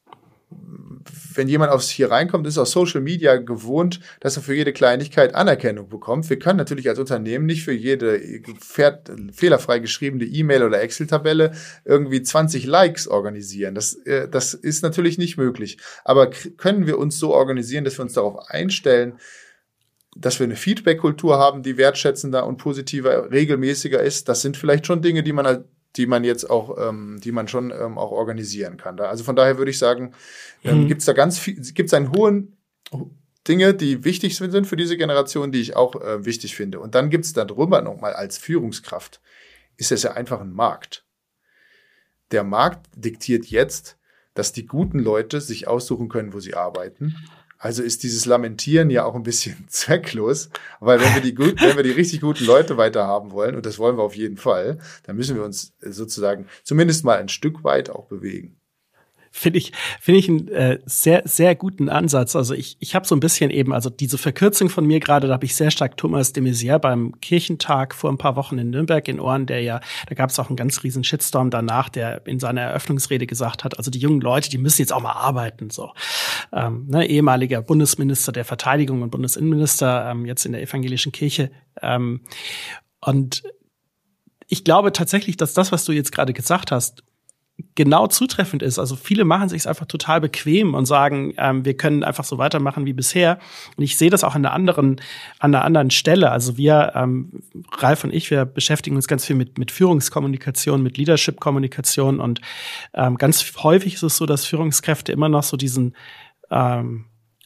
wenn jemand aufs hier reinkommt, ist auf Social Media gewohnt, dass er für jede Kleinigkeit Anerkennung bekommt. Wir können natürlich als Unternehmen nicht für jede fehlerfrei geschriebene E-Mail oder Excel-Tabelle irgendwie zwanzig Likes organisieren. Das, das ist natürlich nicht möglich. Aber können wir uns so organisieren, dass wir uns darauf einstellen, dass wir eine Feedback-Kultur haben, die wertschätzender und positiver, regelmäßiger ist? Das sind vielleicht schon Dinge, die man halt die man jetzt auch, ähm, die man schon ähm, auch organisieren kann. Also von daher würde ich sagen, ähm, mhm. gibt es da ganz viel, gibt es einen hohen Dinge, die wichtig sind für diese Generation, die ich auch äh, wichtig finde. Und dann gibt es darüber nochmal als Führungskraft, ist es ja einfach ein Markt. Der Markt diktiert jetzt, dass die guten Leute sich aussuchen können, wo sie arbeiten. Also ist dieses Lamentieren ja auch ein bisschen zwecklos, weil wenn wir die gut, wenn wir die richtig guten Leute weiter haben wollen, und das wollen wir auf jeden Fall, dann müssen wir uns sozusagen zumindest mal ein Stück weit auch bewegen. Finde ich, finde ich einen äh, sehr, sehr guten Ansatz. Also ich, ich habe so ein bisschen eben, also diese Verkürzung von mir gerade, da habe ich sehr stark Thomas de Maizière beim Kirchentag vor ein paar Wochen in Nürnberg in Ohren, der ja, da gab es auch einen ganz riesen Shitstorm danach, der in seiner Eröffnungsrede gesagt hat, also die jungen Leute, die müssen jetzt auch mal arbeiten. So, ähm, ne, ehemaliger Bundesminister der Verteidigung und Bundesinnenminister, ähm, jetzt in der evangelischen Kirche. Ähm, und ich glaube tatsächlich, dass das, was du jetzt gerade gesagt hast, genau zutreffend ist. Also viele machen sich es einfach total bequem und sagen, ähm, wir können einfach so weitermachen wie bisher. Und ich sehe das auch an einer anderen, an einer anderen Stelle. Also wir, ähm, Ralf und ich, wir beschäftigen uns ganz viel mit, mit Führungskommunikation, mit Leadership-Kommunikation. Und ähm, ganz häufig ist es so, dass Führungskräfte immer noch so diesen, ähm,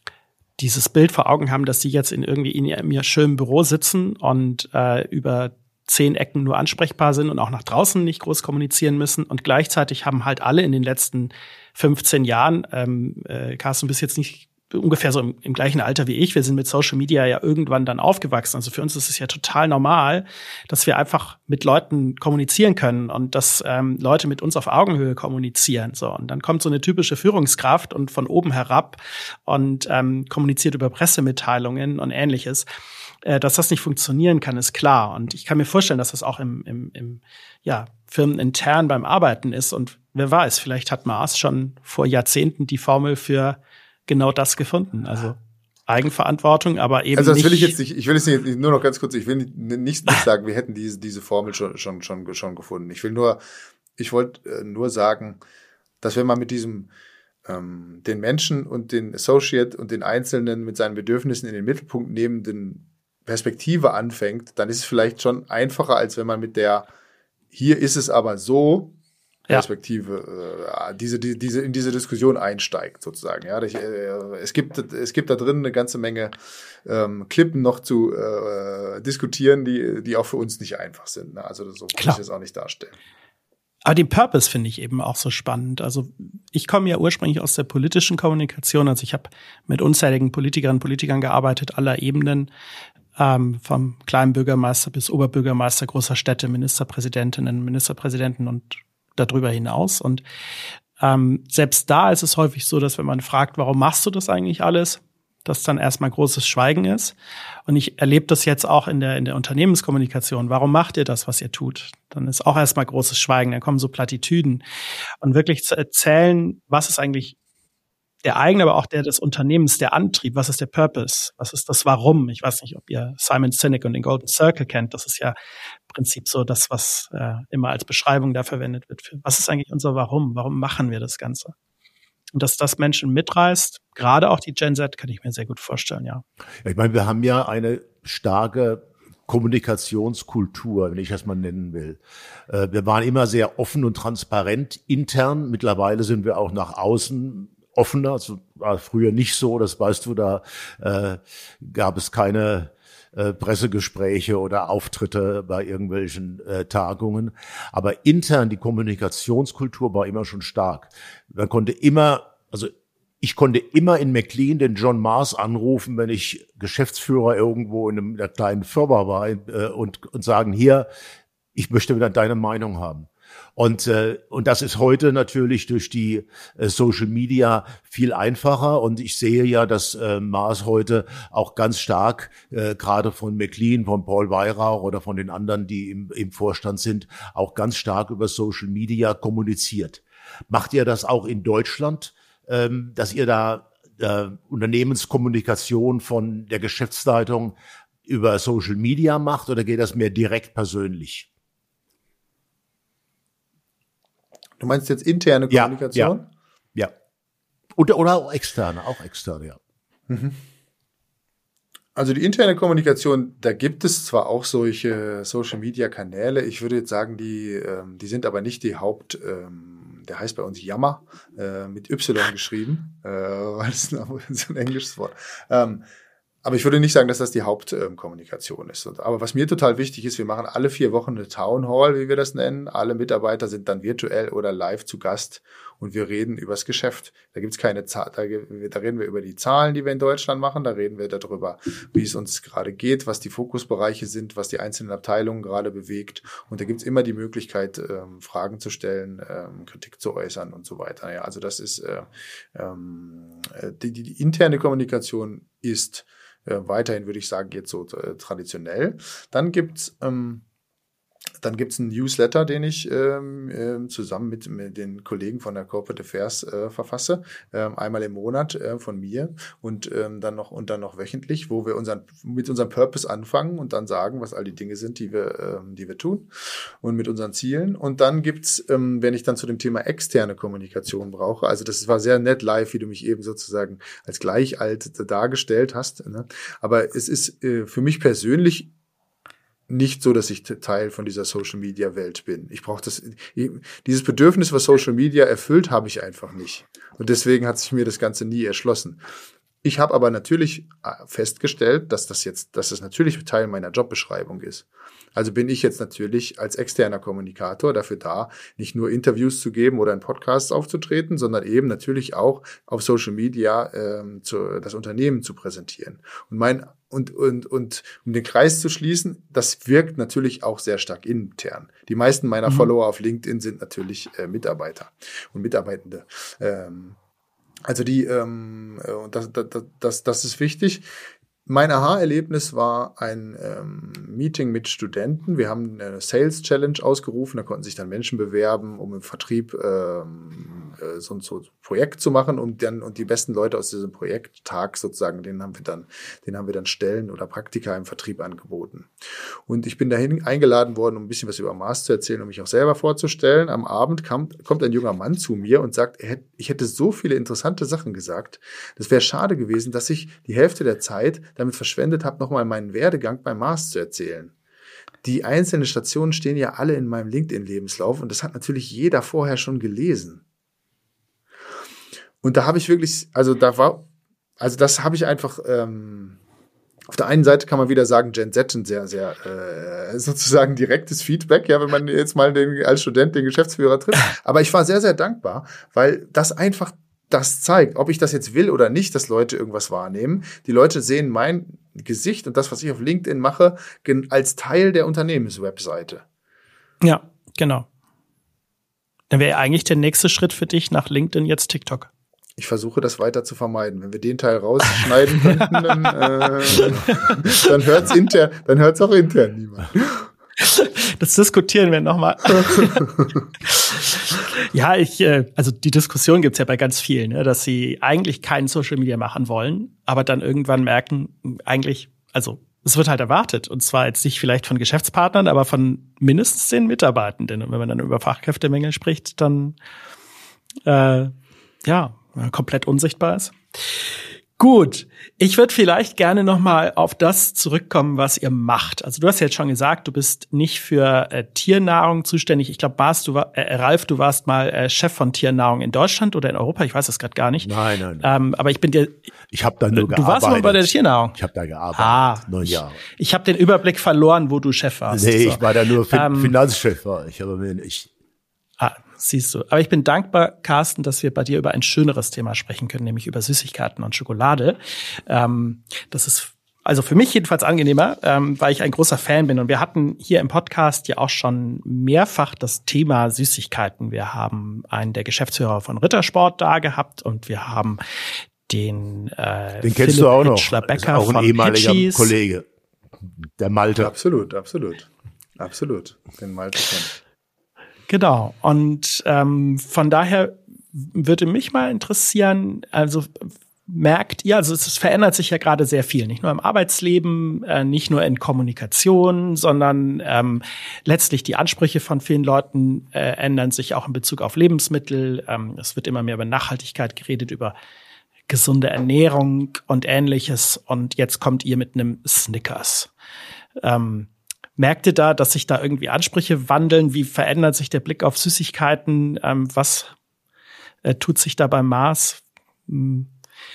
dieses Bild vor Augen haben, dass sie jetzt in irgendwie in ihrem schönen Büro sitzen und äh, über zehn Ecken nur ansprechbar sind und auch nach draußen nicht groß kommunizieren müssen. Und gleichzeitig haben halt alle in den letzten fünfzehn Jahren, ähm, äh, Carsten, du bist jetzt nicht ungefähr so im, im gleichen Alter wie ich, wir sind mit Social Media ja irgendwann dann aufgewachsen. Also für uns ist es ja total normal, dass wir einfach mit Leuten kommunizieren können und dass ähm, Leute mit uns auf Augenhöhe kommunizieren. So, und dann kommt so eine typische Führungskraft und von oben herab und ähm, kommuniziert über Pressemitteilungen und Ähnliches. Dass das nicht funktionieren kann, ist klar. Und ich kann mir vorstellen, dass das auch im, im, im ja, firmenintern beim Arbeiten ist. Und wer weiß, vielleicht hat Mars schon vor Jahrzehnten die Formel für genau das gefunden. Also Eigenverantwortung, aber eben nicht. Also das will ich jetzt nicht, ich will jetzt nicht, nur noch ganz kurz, ich will nicht, nicht, nicht sagen, wir hätten diese, diese Formel schon, schon, schon, schon gefunden. Ich will nur, ich wollte nur sagen, dass wenn man mit diesem, ähm, den Menschen und den Associate und den Einzelnen mit seinen Bedürfnissen in den Mittelpunkt nehmenden Perspektive anfängt, dann ist es vielleicht schon einfacher, als wenn man mit der hier ist es aber so Perspektive ja. äh, diese, die, diese in diese Diskussion einsteigt sozusagen. Ja, ich, äh, es gibt es gibt da drin eine ganze Menge ähm, Klippen noch zu äh, diskutieren, die die auch für uns nicht einfach sind. Ne? Also so kann ich das auch nicht darstellen. Aber den Purpose finde ich eben auch so spannend. Also ich komme ja ursprünglich aus der politischen Kommunikation. Also ich habe mit unzähligen Politikerinnen und Politikern gearbeitet, aller Ebenen. Ähm, vom kleinen Bürgermeister bis Oberbürgermeister großer Städte, Ministerpräsidentinnen, Ministerpräsidenten und darüber hinaus. Und ähm, selbst da ist es häufig so, dass wenn man fragt, warum machst du das eigentlich alles, dass dann erstmal großes Schweigen ist. Und ich erlebe das jetzt auch in der in der Unternehmenskommunikation. Warum macht ihr das, was ihr tut? Dann ist auch erstmal großes Schweigen. Dann kommen so Plattitüden. Und wirklich zu erzählen, was ist eigentlich der eigene, aber auch der des Unternehmens, der Antrieb, was ist der Purpose, was ist das Warum? Ich weiß nicht, ob ihr Simon Sinek und den Golden Circle kennt, das ist ja im Prinzip so das, was äh, immer als Beschreibung da verwendet wird. Für, was ist eigentlich unser Warum? Warum machen wir das Ganze? Und dass das Menschen mitreißt, gerade auch die Gen Z, kann ich mir sehr gut vorstellen, ja. Ja, ich meine, wir haben ja eine starke Kommunikationskultur, wenn ich das mal nennen will. Wir waren immer sehr offen und transparent intern. Mittlerweile sind wir auch nach außen offener, also war früher nicht so, das weißt du, da äh, gab es keine äh, Pressegespräche oder Auftritte bei irgendwelchen äh, Tagungen. Aber intern die Kommunikationskultur war immer schon stark. Man konnte immer, also ich konnte immer in McLean den John Mars anrufen, wenn ich Geschäftsführer irgendwo in, einem, in einer kleinen Firma war äh, und, und sagen, hier, ich möchte wieder deine Meinung haben. Und, äh, und das ist heute natürlich durch die äh, Social Media viel einfacher. Und ich sehe ja, dass äh, Mars heute auch ganz stark, äh, gerade von McLean, von Paul Weihrauch oder von den anderen, die im, im Vorstand sind, auch ganz stark über Social Media kommuniziert. Macht ihr das auch in Deutschland, ähm, dass ihr da äh, Unternehmenskommunikation von der Geschäftsleitung über Social Media macht, oder geht das mehr direkt persönlich? Du meinst jetzt interne Kommunikation? Ja, ja. ja. Oder, oder auch externe, auch externe, ja. Mhm. Also die interne Kommunikation, da gibt es zwar auch solche Social-Media-Kanäle, ich würde jetzt sagen, die, ähm, die sind aber nicht die Haupt, ähm, der heißt bei uns Yammer, äh, mit Y geschrieben, äh, weil es ist ein englisches Wort. Ähm, Aber ich würde nicht sagen, dass das die Hauptkommunikation ist. Aber was mir total wichtig ist, wir machen alle vier Wochen eine Town Hall, wie wir das nennen. Alle Mitarbeiter sind dann virtuell oder live zu Gast und wir reden übers Geschäft. Da gibt's keine Zahl, da, da reden wir über die Zahlen, die wir in Deutschland machen. Da reden wir darüber, wie es uns gerade geht, was die Fokusbereiche sind, was die einzelnen Abteilungen gerade bewegt. Und da gibt's immer die Möglichkeit, ähm, Fragen zu stellen, ähm, Kritik zu äußern und so weiter. Ja, also das ist äh, ähm, die, die, die interne Kommunikation ist Äh, weiterhin würde ich sagen, jetzt so äh, traditionell. Dann gibt's ähm, dann gibt's einen Newsletter, den ich ähm, äh, zusammen mit, mit den Kollegen von der Corporate Affairs äh, verfasse, äh, einmal im Monat äh, von mir und ähm, dann noch und dann noch wöchentlich, wo wir unseren mit unserem Purpose anfangen und dann sagen, was all die Dinge sind, die wir ähm, die wir tun und mit unseren Zielen. Und dann gibt's, ähm, wenn ich dann zu dem Thema externe Kommunikation brauche, also das war sehr nett live, wie du mich eben sozusagen als Gleichalter dargestellt hast, ne? Aber es ist äh, für mich persönlich nicht so, dass ich Teil von dieser Social-Media-Welt bin. Ich brauche das, dieses Bedürfnis, was Social Media erfüllt, habe ich einfach nicht. Und deswegen hat sich mir das Ganze nie erschlossen. Ich habe aber natürlich festgestellt, dass das jetzt, dass das natürlich Teil meiner Jobbeschreibung ist. Also bin ich jetzt natürlich als externer Kommunikator dafür da, nicht nur Interviews zu geben oder in Podcasts aufzutreten, sondern eben natürlich auch auf Social Media ähm, zu, das Unternehmen zu präsentieren. Und mein und und und um den Kreis zu schließen, das wirkt natürlich auch sehr stark intern. Die meisten meiner mhm. Follower auf LinkedIn sind natürlich äh, Mitarbeiter und Mitarbeitende. Ähm, also die ähm, und das, das das das ist wichtig. Mein Aha-Erlebnis war ein ähm, Meeting mit Studenten. Wir haben eine Sales Challenge ausgerufen. Da konnten sich dann Menschen bewerben, um im Vertrieb ähm, äh, so ein so Projekt zu machen. Und dann und die besten Leute aus diesem Projekttag sozusagen, denen haben wir dann, denen haben wir dann Stellen oder Praktika im Vertrieb angeboten. Und ich bin dahin eingeladen worden, um ein bisschen was über Mars zu erzählen, um mich auch selber vorzustellen. Am Abend kam, kommt ein junger Mann zu mir und sagt, er hätte, ich hätte so viele interessante Sachen gesagt. Das wäre schade gewesen, dass ich die Hälfte der Zeit damit verschwendet habe, nochmal meinen Werdegang bei Mars zu erzählen. Die einzelnen Stationen stehen ja alle in meinem LinkedIn-Lebenslauf und das hat natürlich jeder vorher schon gelesen. Und da habe ich wirklich, also da war, also das habe ich einfach, ähm, auf der einen Seite kann man wieder sagen, Gen Z ein sehr, sehr äh, sozusagen direktes Feedback, ja, wenn man jetzt mal den, als Student den Geschäftsführer trifft. Aber ich war sehr, sehr dankbar, weil das einfach das zeigt, ob ich das jetzt will oder nicht, dass Leute irgendwas wahrnehmen. Die Leute sehen mein Gesicht und das, was ich auf LinkedIn mache, als Teil der Unternehmenswebseite. Ja, genau. Dann wäre eigentlich der nächste Schritt für dich nach LinkedIn jetzt TikTok. Ich versuche das weiter zu vermeiden. Wenn wir den Teil rausschneiden könnten, dann, äh, dann hört's intern, dann hört's auch intern niemand. Das diskutieren wir nochmal. Ja, ich, äh, also die Diskussion gibt's ja bei ganz vielen, ne, dass sie eigentlich kein Social Media machen wollen, aber dann irgendwann merken, eigentlich, also es wird halt erwartet. Und zwar jetzt nicht vielleicht von Geschäftspartnern, aber von mindestens den Mitarbeitenden. Und wenn man dann über Fachkräftemangel spricht, dann äh, ja, komplett unsichtbar ist. Gut, ich würde vielleicht gerne noch mal auf das zurückkommen, was ihr macht. Also du hast ja jetzt schon gesagt, du bist nicht für äh, Tiernahrung zuständig. Ich glaube, Bas, du war, äh, Ralf, du warst mal äh, Chef von Tiernahrung in Deutschland oder in Europa. Ich weiß das gerade gar nicht. Nein, nein, nein. Ähm, aber ich bin dir. Ich habe da nur du gearbeitet. Du warst mal bei der Tiernahrung. Ich habe da gearbeitet. Ah, neun Jahre. Ich, ich habe den Überblick verloren, wo du Chef warst. Nee, so. ich war da nur fin- ähm, Finanzchef. War ich, aber mir nicht. Ah, siehst du. Aber ich bin dankbar, Carsten, dass wir bei dir über ein schöneres Thema sprechen können, nämlich über Süßigkeiten und Schokolade. Ähm, das ist Also für mich jedenfalls angenehmer, ähm, weil ich ein großer Fan bin. Und wir hatten hier im Podcast ja auch schon mehrfach das Thema Süßigkeiten. Wir haben einen der Geschäftsführer von Rittersport da gehabt und wir haben den äh, Den kennst Philipp du auch noch. Hitschler-Becker Auch ein von ehemaliger Hitchies. Kollege. Der Malte. Absolut, absolut. Absolut. Den Malte kennt. Genau. Und ähm, von daher würde mich mal interessieren, also merkt ihr, also es verändert sich ja gerade sehr viel, nicht nur im Arbeitsleben, äh, nicht nur in Kommunikation, sondern ähm, letztlich die Ansprüche von vielen Leuten äh, ändern sich auch in Bezug auf Lebensmittel. Ähm, es wird immer mehr über Nachhaltigkeit geredet, über gesunde Ernährung und Ähnliches. Und jetzt kommt ihr mit einem Snickers. Ähm, merkt ihr da, dass sich da irgendwie Ansprüche wandeln? Wie verändert sich der Blick auf Süßigkeiten? Ähm, was äh, tut sich da beim Mars? Hm.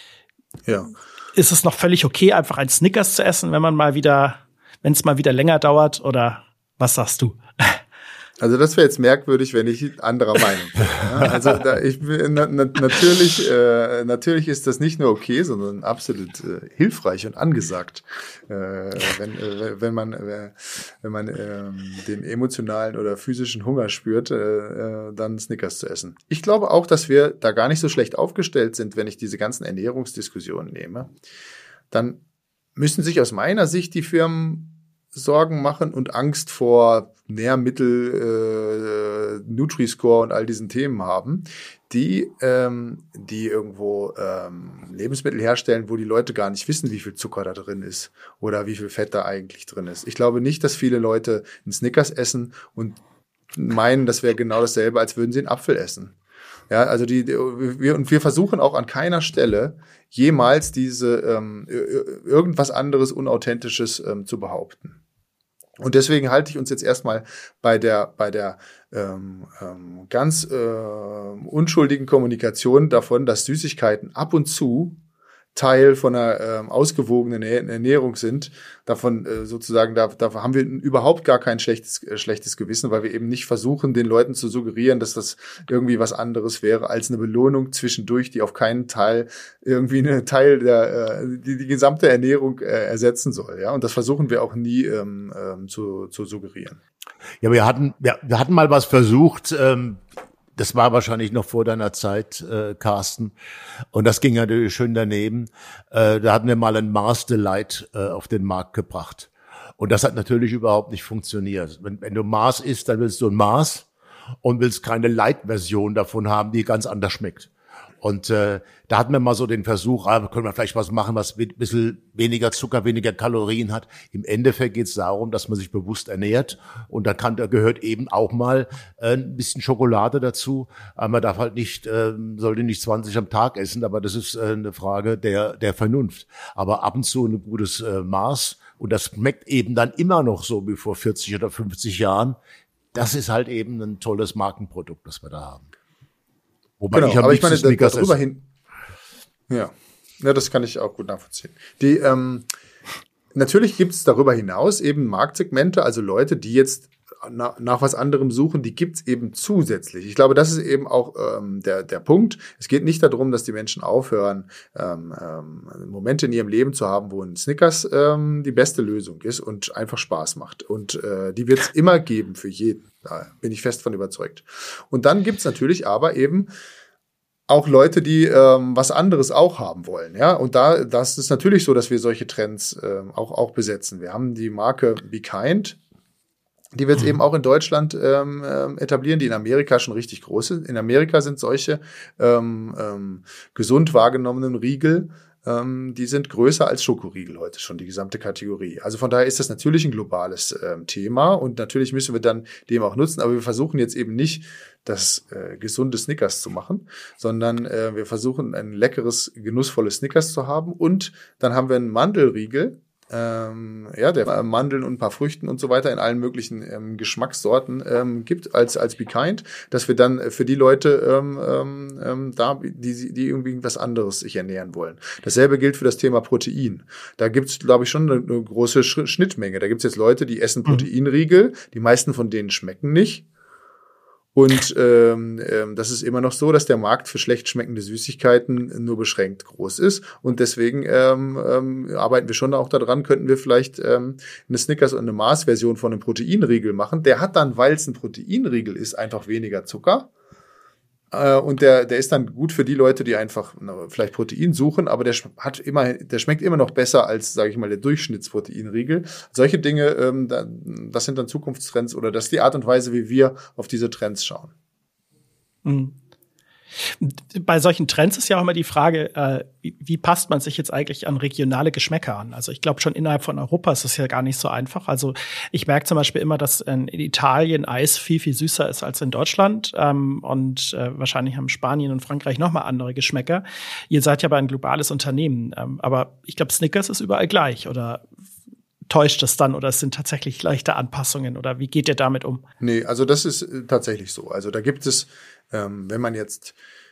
Ja. Ist es noch völlig okay, einfach ein Snickers zu essen, wenn man mal wieder, wenn es mal wieder länger dauert? Oder was sagst du? Also das wäre jetzt merkwürdig, wenn ich anderer Meinung bin. Ja? Also da, ich bin na, na, natürlich, äh, natürlich ist das nicht nur okay, sondern absolut äh, hilfreich und angesagt, äh, wenn, äh, wenn man, äh, wenn man äh, den emotionalen oder physischen Hunger spürt, äh, dann Snickers zu essen. Ich glaube auch, dass wir da gar nicht so schlecht aufgestellt sind, wenn ich diese ganzen Ernährungsdiskussionen nehme. Dann müssen sich aus meiner Sicht die Firmen Sorgen machen und Angst vor Nährmittel, äh, Nutri-Score und all diesen Themen haben, die, ähm, die irgendwo ähm, Lebensmittel herstellen, wo die Leute gar nicht wissen, wie viel Zucker da drin ist oder wie viel Fett da eigentlich drin ist. Ich glaube nicht, dass viele Leute einen Snickers essen und meinen, das wäre genau dasselbe, als würden sie einen Apfel essen. Ja, also die, die wir und wir versuchen auch an keiner Stelle jemals diese ähm, irgendwas anderes Unauthentisches ähm, zu behaupten. Und deswegen halte ich uns jetzt erstmal bei der bei der ähm, ähm, ganz äh, unschuldigen Kommunikation davon, dass Süßigkeiten ab und zu Teil von einer ähm, ausgewogenen Ernährung sind. Davon äh, sozusagen, da, da haben wir überhaupt gar kein schlechtes, äh, schlechtes Gewissen, weil wir eben nicht versuchen, den Leuten zu suggerieren, dass das irgendwie was anderes wäre als eine Belohnung zwischendurch, die auf keinen Teil irgendwie einen Teil der, äh, die die gesamte Ernährung äh, ersetzen soll. Ja, und das versuchen wir auch nie ähm, ähm, zu, zu suggerieren. Ja, wir hatten, ja, wir hatten mal was versucht. Ähm Das war wahrscheinlich noch vor deiner Zeit, äh, Carsten. Und das ging natürlich schön daneben. Äh, da hatten wir mal ein Mars Delight äh, auf den Markt gebracht. Und das hat natürlich überhaupt nicht funktioniert. Wenn, wenn du Mars isst, dann willst du ein Mars und willst keine Light-Version davon haben, die ganz anders schmeckt. Und äh, da hatten wir mal so den Versuch, ah, können wir vielleicht was machen, was ein bisschen weniger Zucker, weniger Kalorien hat. Im Endeffekt geht es darum, dass man sich bewusst ernährt. Und da, kann, da gehört eben auch mal äh, ein bisschen Schokolade dazu. Aber man darf halt nicht, äh, sollte nicht zwanzig am Tag essen, aber das ist äh, eine Frage der, der Vernunft. Aber ab und zu ein gutes äh, Maß. Und das schmeckt eben dann immer noch so wie vor vierzig oder fünfzig Jahren. Das ist halt eben ein tolles Markenprodukt, das wir da haben. Wobei genau, ich aber ich meine, Snickers darüber hin, ja, ja, das kann ich auch gut nachvollziehen. Die, ähm, natürlich gibt es darüber hinaus eben Marktsegmente, also Leute, die jetzt nach, nach was anderem suchen, die gibt's eben zusätzlich. Ich glaube, das ist eben auch ähm, der der Punkt. Es geht nicht darum, dass die Menschen aufhören, ähm, ähm, Momente in ihrem Leben zu haben, wo ein Snickers ähm, die beste Lösung ist und einfach Spaß macht. Und äh, die wird's immer geben für jeden. Da bin ich fest von überzeugt. Und dann gibt's natürlich aber eben auch Leute, die ähm, was anderes auch haben wollen, ja. Und da, das ist natürlich so, dass wir solche Trends ähm, auch auch besetzen. Wir haben die Marke Be Kind, die wir jetzt mhm. eben auch in Deutschland ähm, etablieren, die in Amerika schon richtig groß sind. In Amerika sind solche ähm, ähm, gesund wahrgenommenen Riegel, ähm, die sind größer als Schokoriegel heute schon, die gesamte Kategorie. Also von daher ist das natürlich ein globales ähm, Thema und natürlich müssen wir dann dem auch nutzen, aber wir versuchen jetzt eben nicht, das äh, gesunde Snickers zu machen, sondern äh, wir versuchen ein leckeres, genussvolles Snickers zu haben und dann haben wir einen Mandelriegel, Ähm, ja, der äh, Mandeln und ein paar Früchten und so weiter in allen möglichen ähm, Geschmackssorten ähm, gibt als als Be Kind, dass wir dann für die Leute ähm, ähm, da, die die irgendwie was anderes sich ernähren wollen. Dasselbe gilt für das Thema Protein. Da gibt's, glaube ich, schon eine, eine große Schnittmenge. Da gibt's jetzt Leute, die essen Proteinriegel, die meisten von denen schmecken nicht. Und ähm, ähm, das ist immer noch so, dass der Markt für schlecht schmeckende Süßigkeiten nur beschränkt groß ist. Und deswegen ähm, ähm, arbeiten wir schon auch daran, könnten wir vielleicht ähm, eine Snickers- und eine Mars-Version von einem Proteinriegel machen. Der hat dann, weil es ein Proteinriegel ist, einfach weniger Zucker. Äh, und der, der ist dann gut für die Leute, die einfach na, vielleicht Protein suchen, aber der hat immer, der schmeckt immer noch besser als, sage ich mal, der Durchschnittsproteinriegel. Solche Dinge, ähm, da, das sind dann Zukunftstrends oder das ist die Art und Weise, wie wir auf diese Trends schauen. Mhm. Bei solchen Trends ist ja auch immer die Frage, äh, wie, wie passt man sich jetzt eigentlich an regionale Geschmäcker an? Also ich glaube, schon innerhalb von Europa ist das ja gar nicht so einfach. Also ich merke zum Beispiel immer, dass in Italien Eis viel, viel süßer ist als in Deutschland. Ähm, und äh, wahrscheinlich haben Spanien und Frankreich noch mal andere Geschmäcker. Ihr seid ja aber ein globales Unternehmen. Ähm, aber ich glaube, Snickers ist überall gleich. Oder täuscht es dann oder es sind tatsächlich leichte Anpassungen? Oder wie geht ihr damit um? Nee, also das ist äh, tatsächlich so. Also da gibt es Ähm, wenn man jetzt,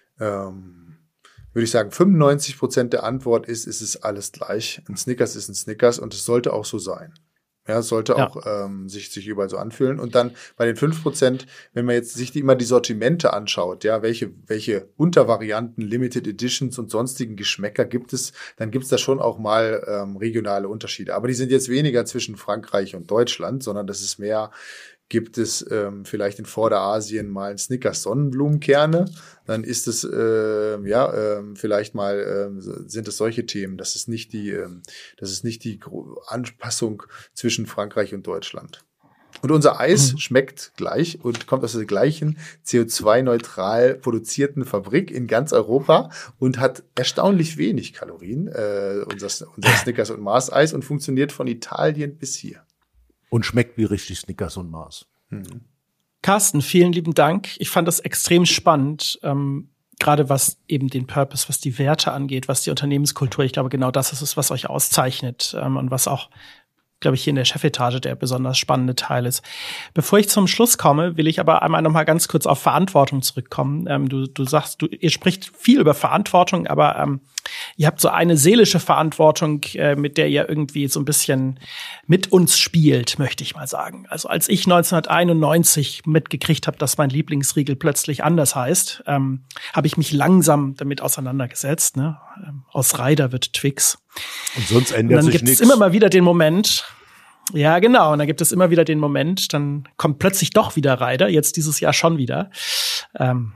ähm, würde ich sagen, fünfundneunzig Prozent der Antwort ist, ist es alles gleich. Ein Snickers ist ein Snickers und es sollte auch so sein. Ja, es sollte ja. auch ähm, sich, sich überall so anfühlen. Und dann bei den fünf Prozent, wenn man jetzt sich die, immer die Sortimente anschaut, ja, welche, welche Untervarianten, Limited Editions und sonstigen Geschmäcker gibt es, dann gibt es da schon auch mal ähm, regionale Unterschiede. Aber die sind jetzt weniger zwischen Frankreich und Deutschland, sondern das ist mehr, gibt es ähm, vielleicht in Vorderasien mal ein Snickers Sonnenblumenkerne, dann ist es äh, ja äh, vielleicht mal äh, sind es solche Themen. Das ist nicht die, äh, das ist nicht die Anpassung zwischen Frankreich und Deutschland. Und unser Eis mhm. schmeckt gleich und kommt aus der gleichen C O zwei neutral produzierten Fabrik in ganz Europa und hat erstaunlich wenig Kalorien, äh, unser, unser Snickers und Mars Eis, und funktioniert von Italien bis hier. Und schmeckt wie richtig Snickers und Mars. Mhm. Carsten, vielen lieben Dank. Ich fand das extrem spannend, ähm, gerade was eben den Purpose, was die Werte angeht, was die Unternehmenskultur. Ich glaube, genau das ist es, was euch auszeichnet ähm, und was auch, glaube ich, hier in der Chefetage der besonders spannende Teil ist. Bevor ich zum Schluss komme, will ich aber einmal noch mal ganz kurz auf Verantwortung zurückkommen. Ähm, du, du sagst, du, ihr spricht viel über Verantwortung, aber ähm, ihr habt so eine seelische Verantwortung, äh, mit der ihr irgendwie so ein bisschen mit uns spielt, möchte ich mal sagen. Also als ich neunzehnhunderteinundneunzig mitgekriegt habe, dass mein Lieblingsriegel plötzlich anders heißt, ähm, habe ich mich langsam damit auseinandergesetzt. Ne? Ähm, aus Ryder wird Twix. Und sonst ändert und sich nichts. Dann gibt es immer mal wieder den Moment, ja genau, und dann gibt es immer wieder den Moment, dann kommt plötzlich doch wieder Ryder, jetzt dieses Jahr schon wieder. Ähm,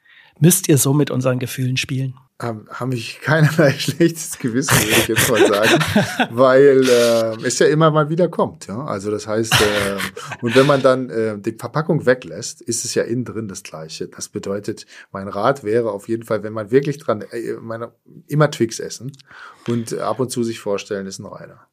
müsst ihr so mit unseren Gefühlen spielen? Haben, haben ich keinerlei schlechtes Gewissen, würde ich jetzt mal sagen, weil äh, es ja immer mal wieder kommt. Ja? Also das heißt, äh, und wenn man dann äh, die Verpackung weglässt, ist es ja innen drin das Gleiche. Das bedeutet, mein Rat wäre auf jeden Fall, wenn man wirklich dran, äh, meine, immer Twix essen und ab und zu sich vorstellen, ist noch einer.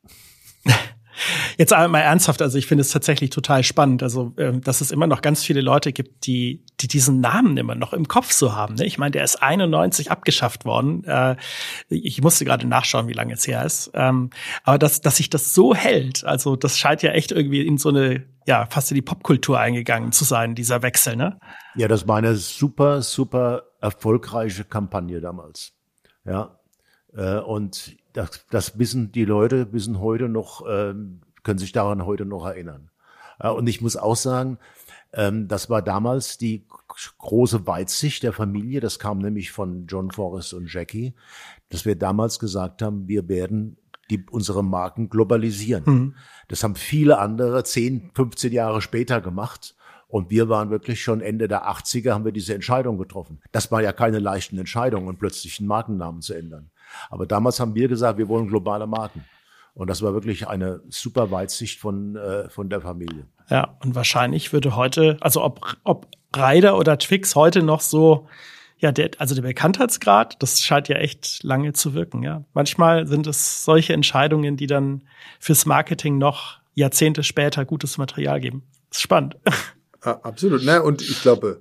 Jetzt einmal ernsthaft, also ich finde es tatsächlich total spannend, also ähm, dass es immer noch ganz viele Leute gibt, die die diesen Namen immer noch im Kopf so haben. Ne? Ich meine, der ist einundneunzig abgeschafft worden. Äh, ich musste gerade nachschauen, wie lange es her ist. Ähm, aber dass dass sich das so hält, also das scheint ja echt irgendwie in so eine, ja, fast in die Popkultur eingegangen zu sein, dieser Wechsel, ne? Ja, das war eine super, super erfolgreiche Kampagne damals. Ja, äh, und Das, das wissen die Leute, wissen heute noch, ähm, können sich daran heute noch erinnern. Ja, und ich muss auch sagen, ähm, das war damals die große Weitsicht der Familie. Das kam nämlich von John Forrest und Jackie, dass wir damals gesagt haben, wir werden die, unsere Marken globalisieren. Mhm. Das haben viele andere zehn, fünfzehn Jahre später gemacht. Und wir waren wirklich schon Ende der achtziger, haben wir diese Entscheidung getroffen. Das war ja keine leichten Entscheidung, und plötzlich einen Markennamen zu ändern. Aber damals haben wir gesagt, wir wollen globale Marken. Und das war wirklich eine super Weitsicht von, äh, von der Familie. Ja, und wahrscheinlich würde heute, also ob, ob Ryder oder Twix heute noch so, ja, der, also der Bekanntheitsgrad, das scheint ja echt lange zu wirken, ja. Manchmal sind es solche Entscheidungen, die dann fürs Marketing noch Jahrzehnte später gutes Material geben. Das ist spannend. Ja, absolut. Ne? Und ich glaube,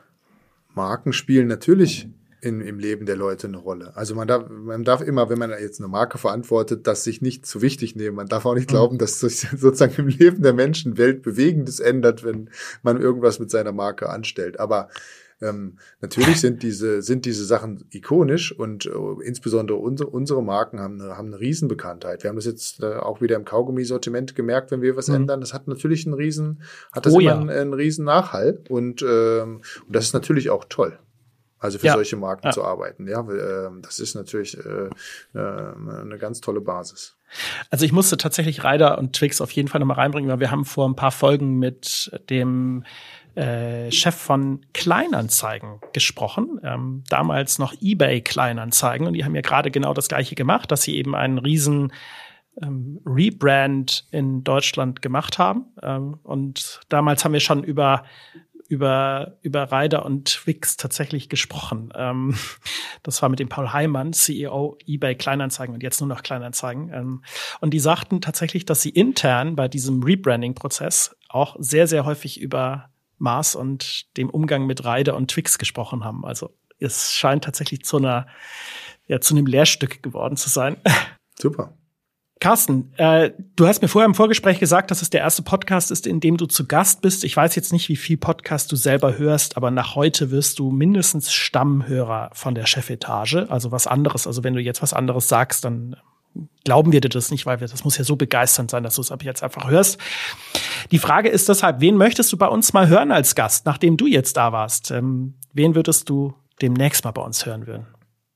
Marken spielen natürlich in, im Leben der Leute eine Rolle. Also man darf, man darf immer, wenn man jetzt eine Marke verantwortet, das sich nicht zu wichtig nehmen. Man darf auch nicht glauben, dass sich sozusagen im Leben der Menschen weltbewegendes ändert, wenn man irgendwas mit seiner Marke anstellt. Aber ähm, natürlich sind diese, sind diese Sachen ikonisch und äh, insbesondere unsere, unsere Marken haben eine, haben eine Riesenbekanntheit. Wir haben das jetzt äh, auch wieder im Kaugummi-Sortiment gemerkt, wenn wir was mhm. ändern. Das hat natürlich einen riesen, hat das oh, immer ja. einen, einen riesen Nachhall und, ähm, und das ist natürlich auch toll. Also für ja. solche Marken ja. zu arbeiten. Ja, äh, das ist natürlich äh, äh, eine ganz tolle Basis. Also ich musste tatsächlich Ryder und Twix auf jeden Fall nochmal reinbringen, weil wir haben vor ein paar Folgen mit dem äh, Chef von Kleinanzeigen gesprochen, ähm, damals noch eBay Kleinanzeigen, und die haben ja gerade genau das Gleiche gemacht, dass sie eben einen riesen ähm, Rebrand in Deutschland gemacht haben. Ähm, und damals haben wir schon über über über Ryder und Twix tatsächlich gesprochen. Ähm, das war mit dem Paul Heimann, C E O eBay Kleinanzeigen und jetzt nur noch Kleinanzeigen. Ähm, und die sagten tatsächlich, dass sie intern bei diesem Rebranding-Prozess auch sehr, sehr häufig über Mars und dem Umgang mit Ryder und Twix gesprochen haben. Also es scheint tatsächlich zu einer, ja, zu einem Lehrstück geworden zu sein. Super. Carsten, äh, du hast mir vorher im Vorgespräch gesagt, dass es der erste Podcast ist, in dem du zu Gast bist. Ich weiß jetzt nicht, wie viel Podcast du selber hörst, aber nach heute wirst du mindestens Stammhörer von der Chefetage. Also was anderes. Also wenn du jetzt was anderes sagst, dann glauben wir dir das nicht, weil wir, das muss ja so begeisternd sein, dass du es ab jetzt einfach hörst. Die Frage ist deshalb, wen möchtest du bei uns mal hören als Gast, nachdem du jetzt da warst? Ähm, wen würdest du demnächst mal bei uns hören würden?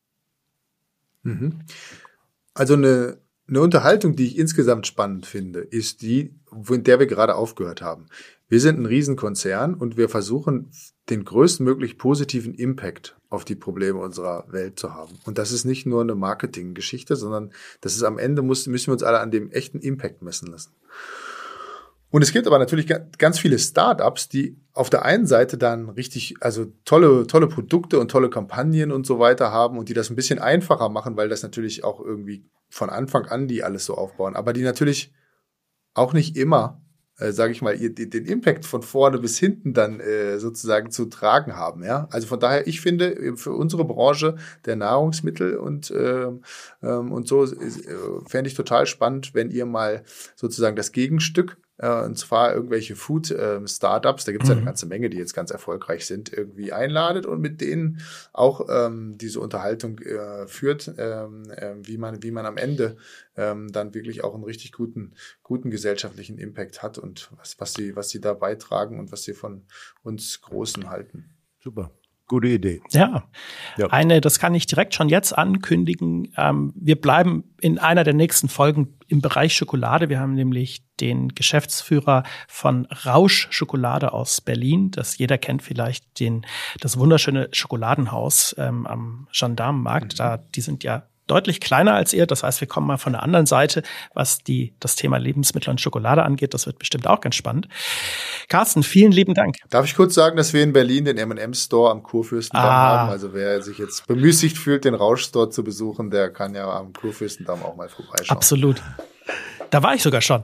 Mhm. Also eine Eine Unterhaltung, die ich insgesamt spannend finde, ist die, in der wir gerade aufgehört haben. Wir sind ein Riesenkonzern und wir versuchen, den größtmöglich positiven Impact auf die Probleme unserer Welt zu haben. Und das ist nicht nur eine Marketinggeschichte, sondern das ist am Ende, muss, müssen wir uns alle an dem echten Impact messen lassen. Und es gibt aber natürlich ganz viele Startups, die auf der einen Seite dann richtig, also tolle, tolle Produkte und tolle Kampagnen und so weiter haben und die das ein bisschen einfacher machen, weil das natürlich auch irgendwie von Anfang an die alles so aufbauen, aber die natürlich auch nicht immer, äh, sage ich mal, ihr, den Impact von vorne bis hinten dann äh, sozusagen zu tragen haben. Ja, also von daher, ich finde für unsere Branche der Nahrungsmittel und äh, ähm, und so äh, fände ich total spannend, wenn ihr mal sozusagen das Gegenstück, äh, und zwar irgendwelche Food-Startups, da gibt es ja eine ganze Menge, die jetzt ganz erfolgreich sind, irgendwie einladet und mit denen auch ähm, diese Unterhaltung äh, führt, ähm, äh, wie man wie man am Ende ähm, dann wirklich auch einen richtig guten guten gesellschaftlichen Impact hat und was was sie was sie da beitragen und was sie von uns Großen halten. Super. Gute Idee. Ja. ja, eine, das kann ich direkt schon jetzt ankündigen. Ähm, wir bleiben in einer der nächsten Folgen im Bereich Schokolade. Wir haben nämlich den Geschäftsführer von Rausch Schokolade aus Berlin. Das jeder kennt vielleicht, den das wunderschöne Schokoladenhaus ähm, am Gendarmenmarkt. Mhm. Da, die sind ja deutlich kleiner als ihr. Das heißt, wir kommen mal von der anderen Seite, was die das Thema Lebensmittel und Schokolade angeht. Das wird bestimmt auch ganz spannend. Carsten, vielen lieben Dank. Darf ich kurz sagen, dass wir in Berlin den M und M Store am Kurfürstendamm ah. haben? Also wer sich jetzt bemüßigt fühlt, den Rausch Store zu besuchen, der kann ja am Kurfürstendamm auch mal vorbeischauen. Absolut. Da war ich sogar schon.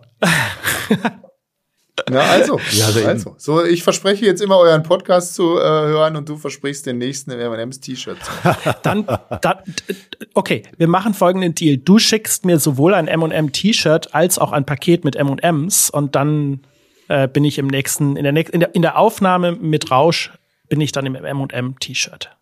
Na also, ja, also, so ich verspreche jetzt immer euren Podcast zu äh, hören und du versprichst den nächsten M und M's T-Shirt. Dann, dann, okay, wir machen folgenden Deal. Du schickst mir sowohl ein M und M T-Shirt als auch ein Paket mit M und M's und dann äh, bin ich im nächsten, in der, nächsten, in der in der Aufnahme mit Rausch bin ich dann im M und M T-Shirt.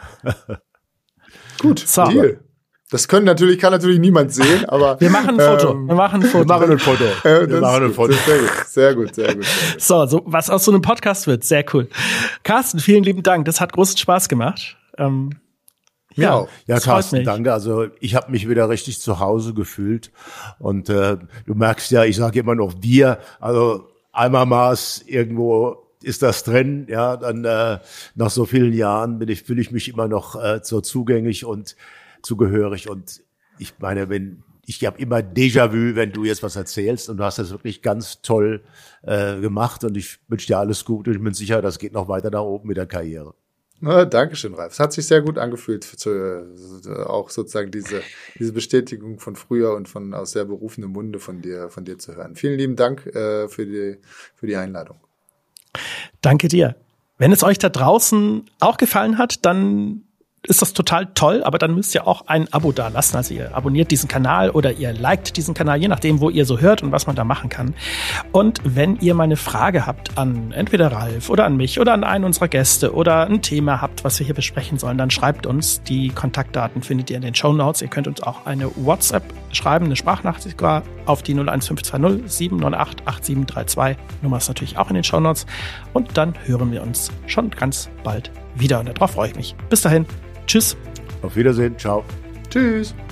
Gut, so. Deal. Das können natürlich, kann natürlich niemand sehen, aber. Wir machen ein Foto. Ähm, wir machen ein Foto. Wir machen ein Foto. Äh, wir machen ein Foto. Sehr gut, sehr gut, sehr gut. Sehr gut. So, so, was aus so einem Podcast wird. Sehr cool. Carsten, vielen lieben Dank. Das hat großen Spaß gemacht. Ähm, ja, ja, Carsten, danke. Also ich habe mich wieder richtig zu Hause gefühlt. Und äh, du merkst ja, ich sage immer noch wir. Also einmal Maß irgendwo ist das drin. Ja, dann äh, nach so vielen Jahren bin ich, fühle ich mich immer noch äh, so zugänglich und zugehörig und ich meine, wenn ich habe immer Déjà-vu, wenn du jetzt was erzählst und du hast das wirklich ganz toll äh, gemacht und ich wünsche dir alles Gute und ich bin sicher, das geht noch weiter nach oben mit der Karriere. Na, Dankeschön, Ralf. Es hat sich sehr gut angefühlt, zu, äh, auch sozusagen diese diese Bestätigung von früher und von aus sehr berufenem Munde von dir von dir zu hören. Vielen lieben Dank äh, für die für die Einladung. Danke dir. Wenn es euch da draußen auch gefallen hat, dann ist das total toll, aber dann müsst ihr auch ein Abo da lassen. Also ihr abonniert diesen Kanal oder ihr liked diesen Kanal, je nachdem, wo ihr so hört und was man da machen kann. Und wenn ihr mal eine Frage habt an entweder Ralf oder an mich oder an einen unserer Gäste oder ein Thema habt, was wir hier besprechen sollen, dann schreibt uns. Die Kontaktdaten findet ihr in den Shownotes. Ihr könnt uns auch eine WhatsApp schreiben, eine Sprachnachricht sogar auf die null eins fünf zwei null sieben neun acht acht sieben drei zwei. Nummer ist natürlich auch in den Shownotes. Und dann hören wir uns schon ganz bald wieder. Und darauf freue ich mich. Bis dahin. Tschüss. Auf Wiedersehen. Ciao. Tschüss.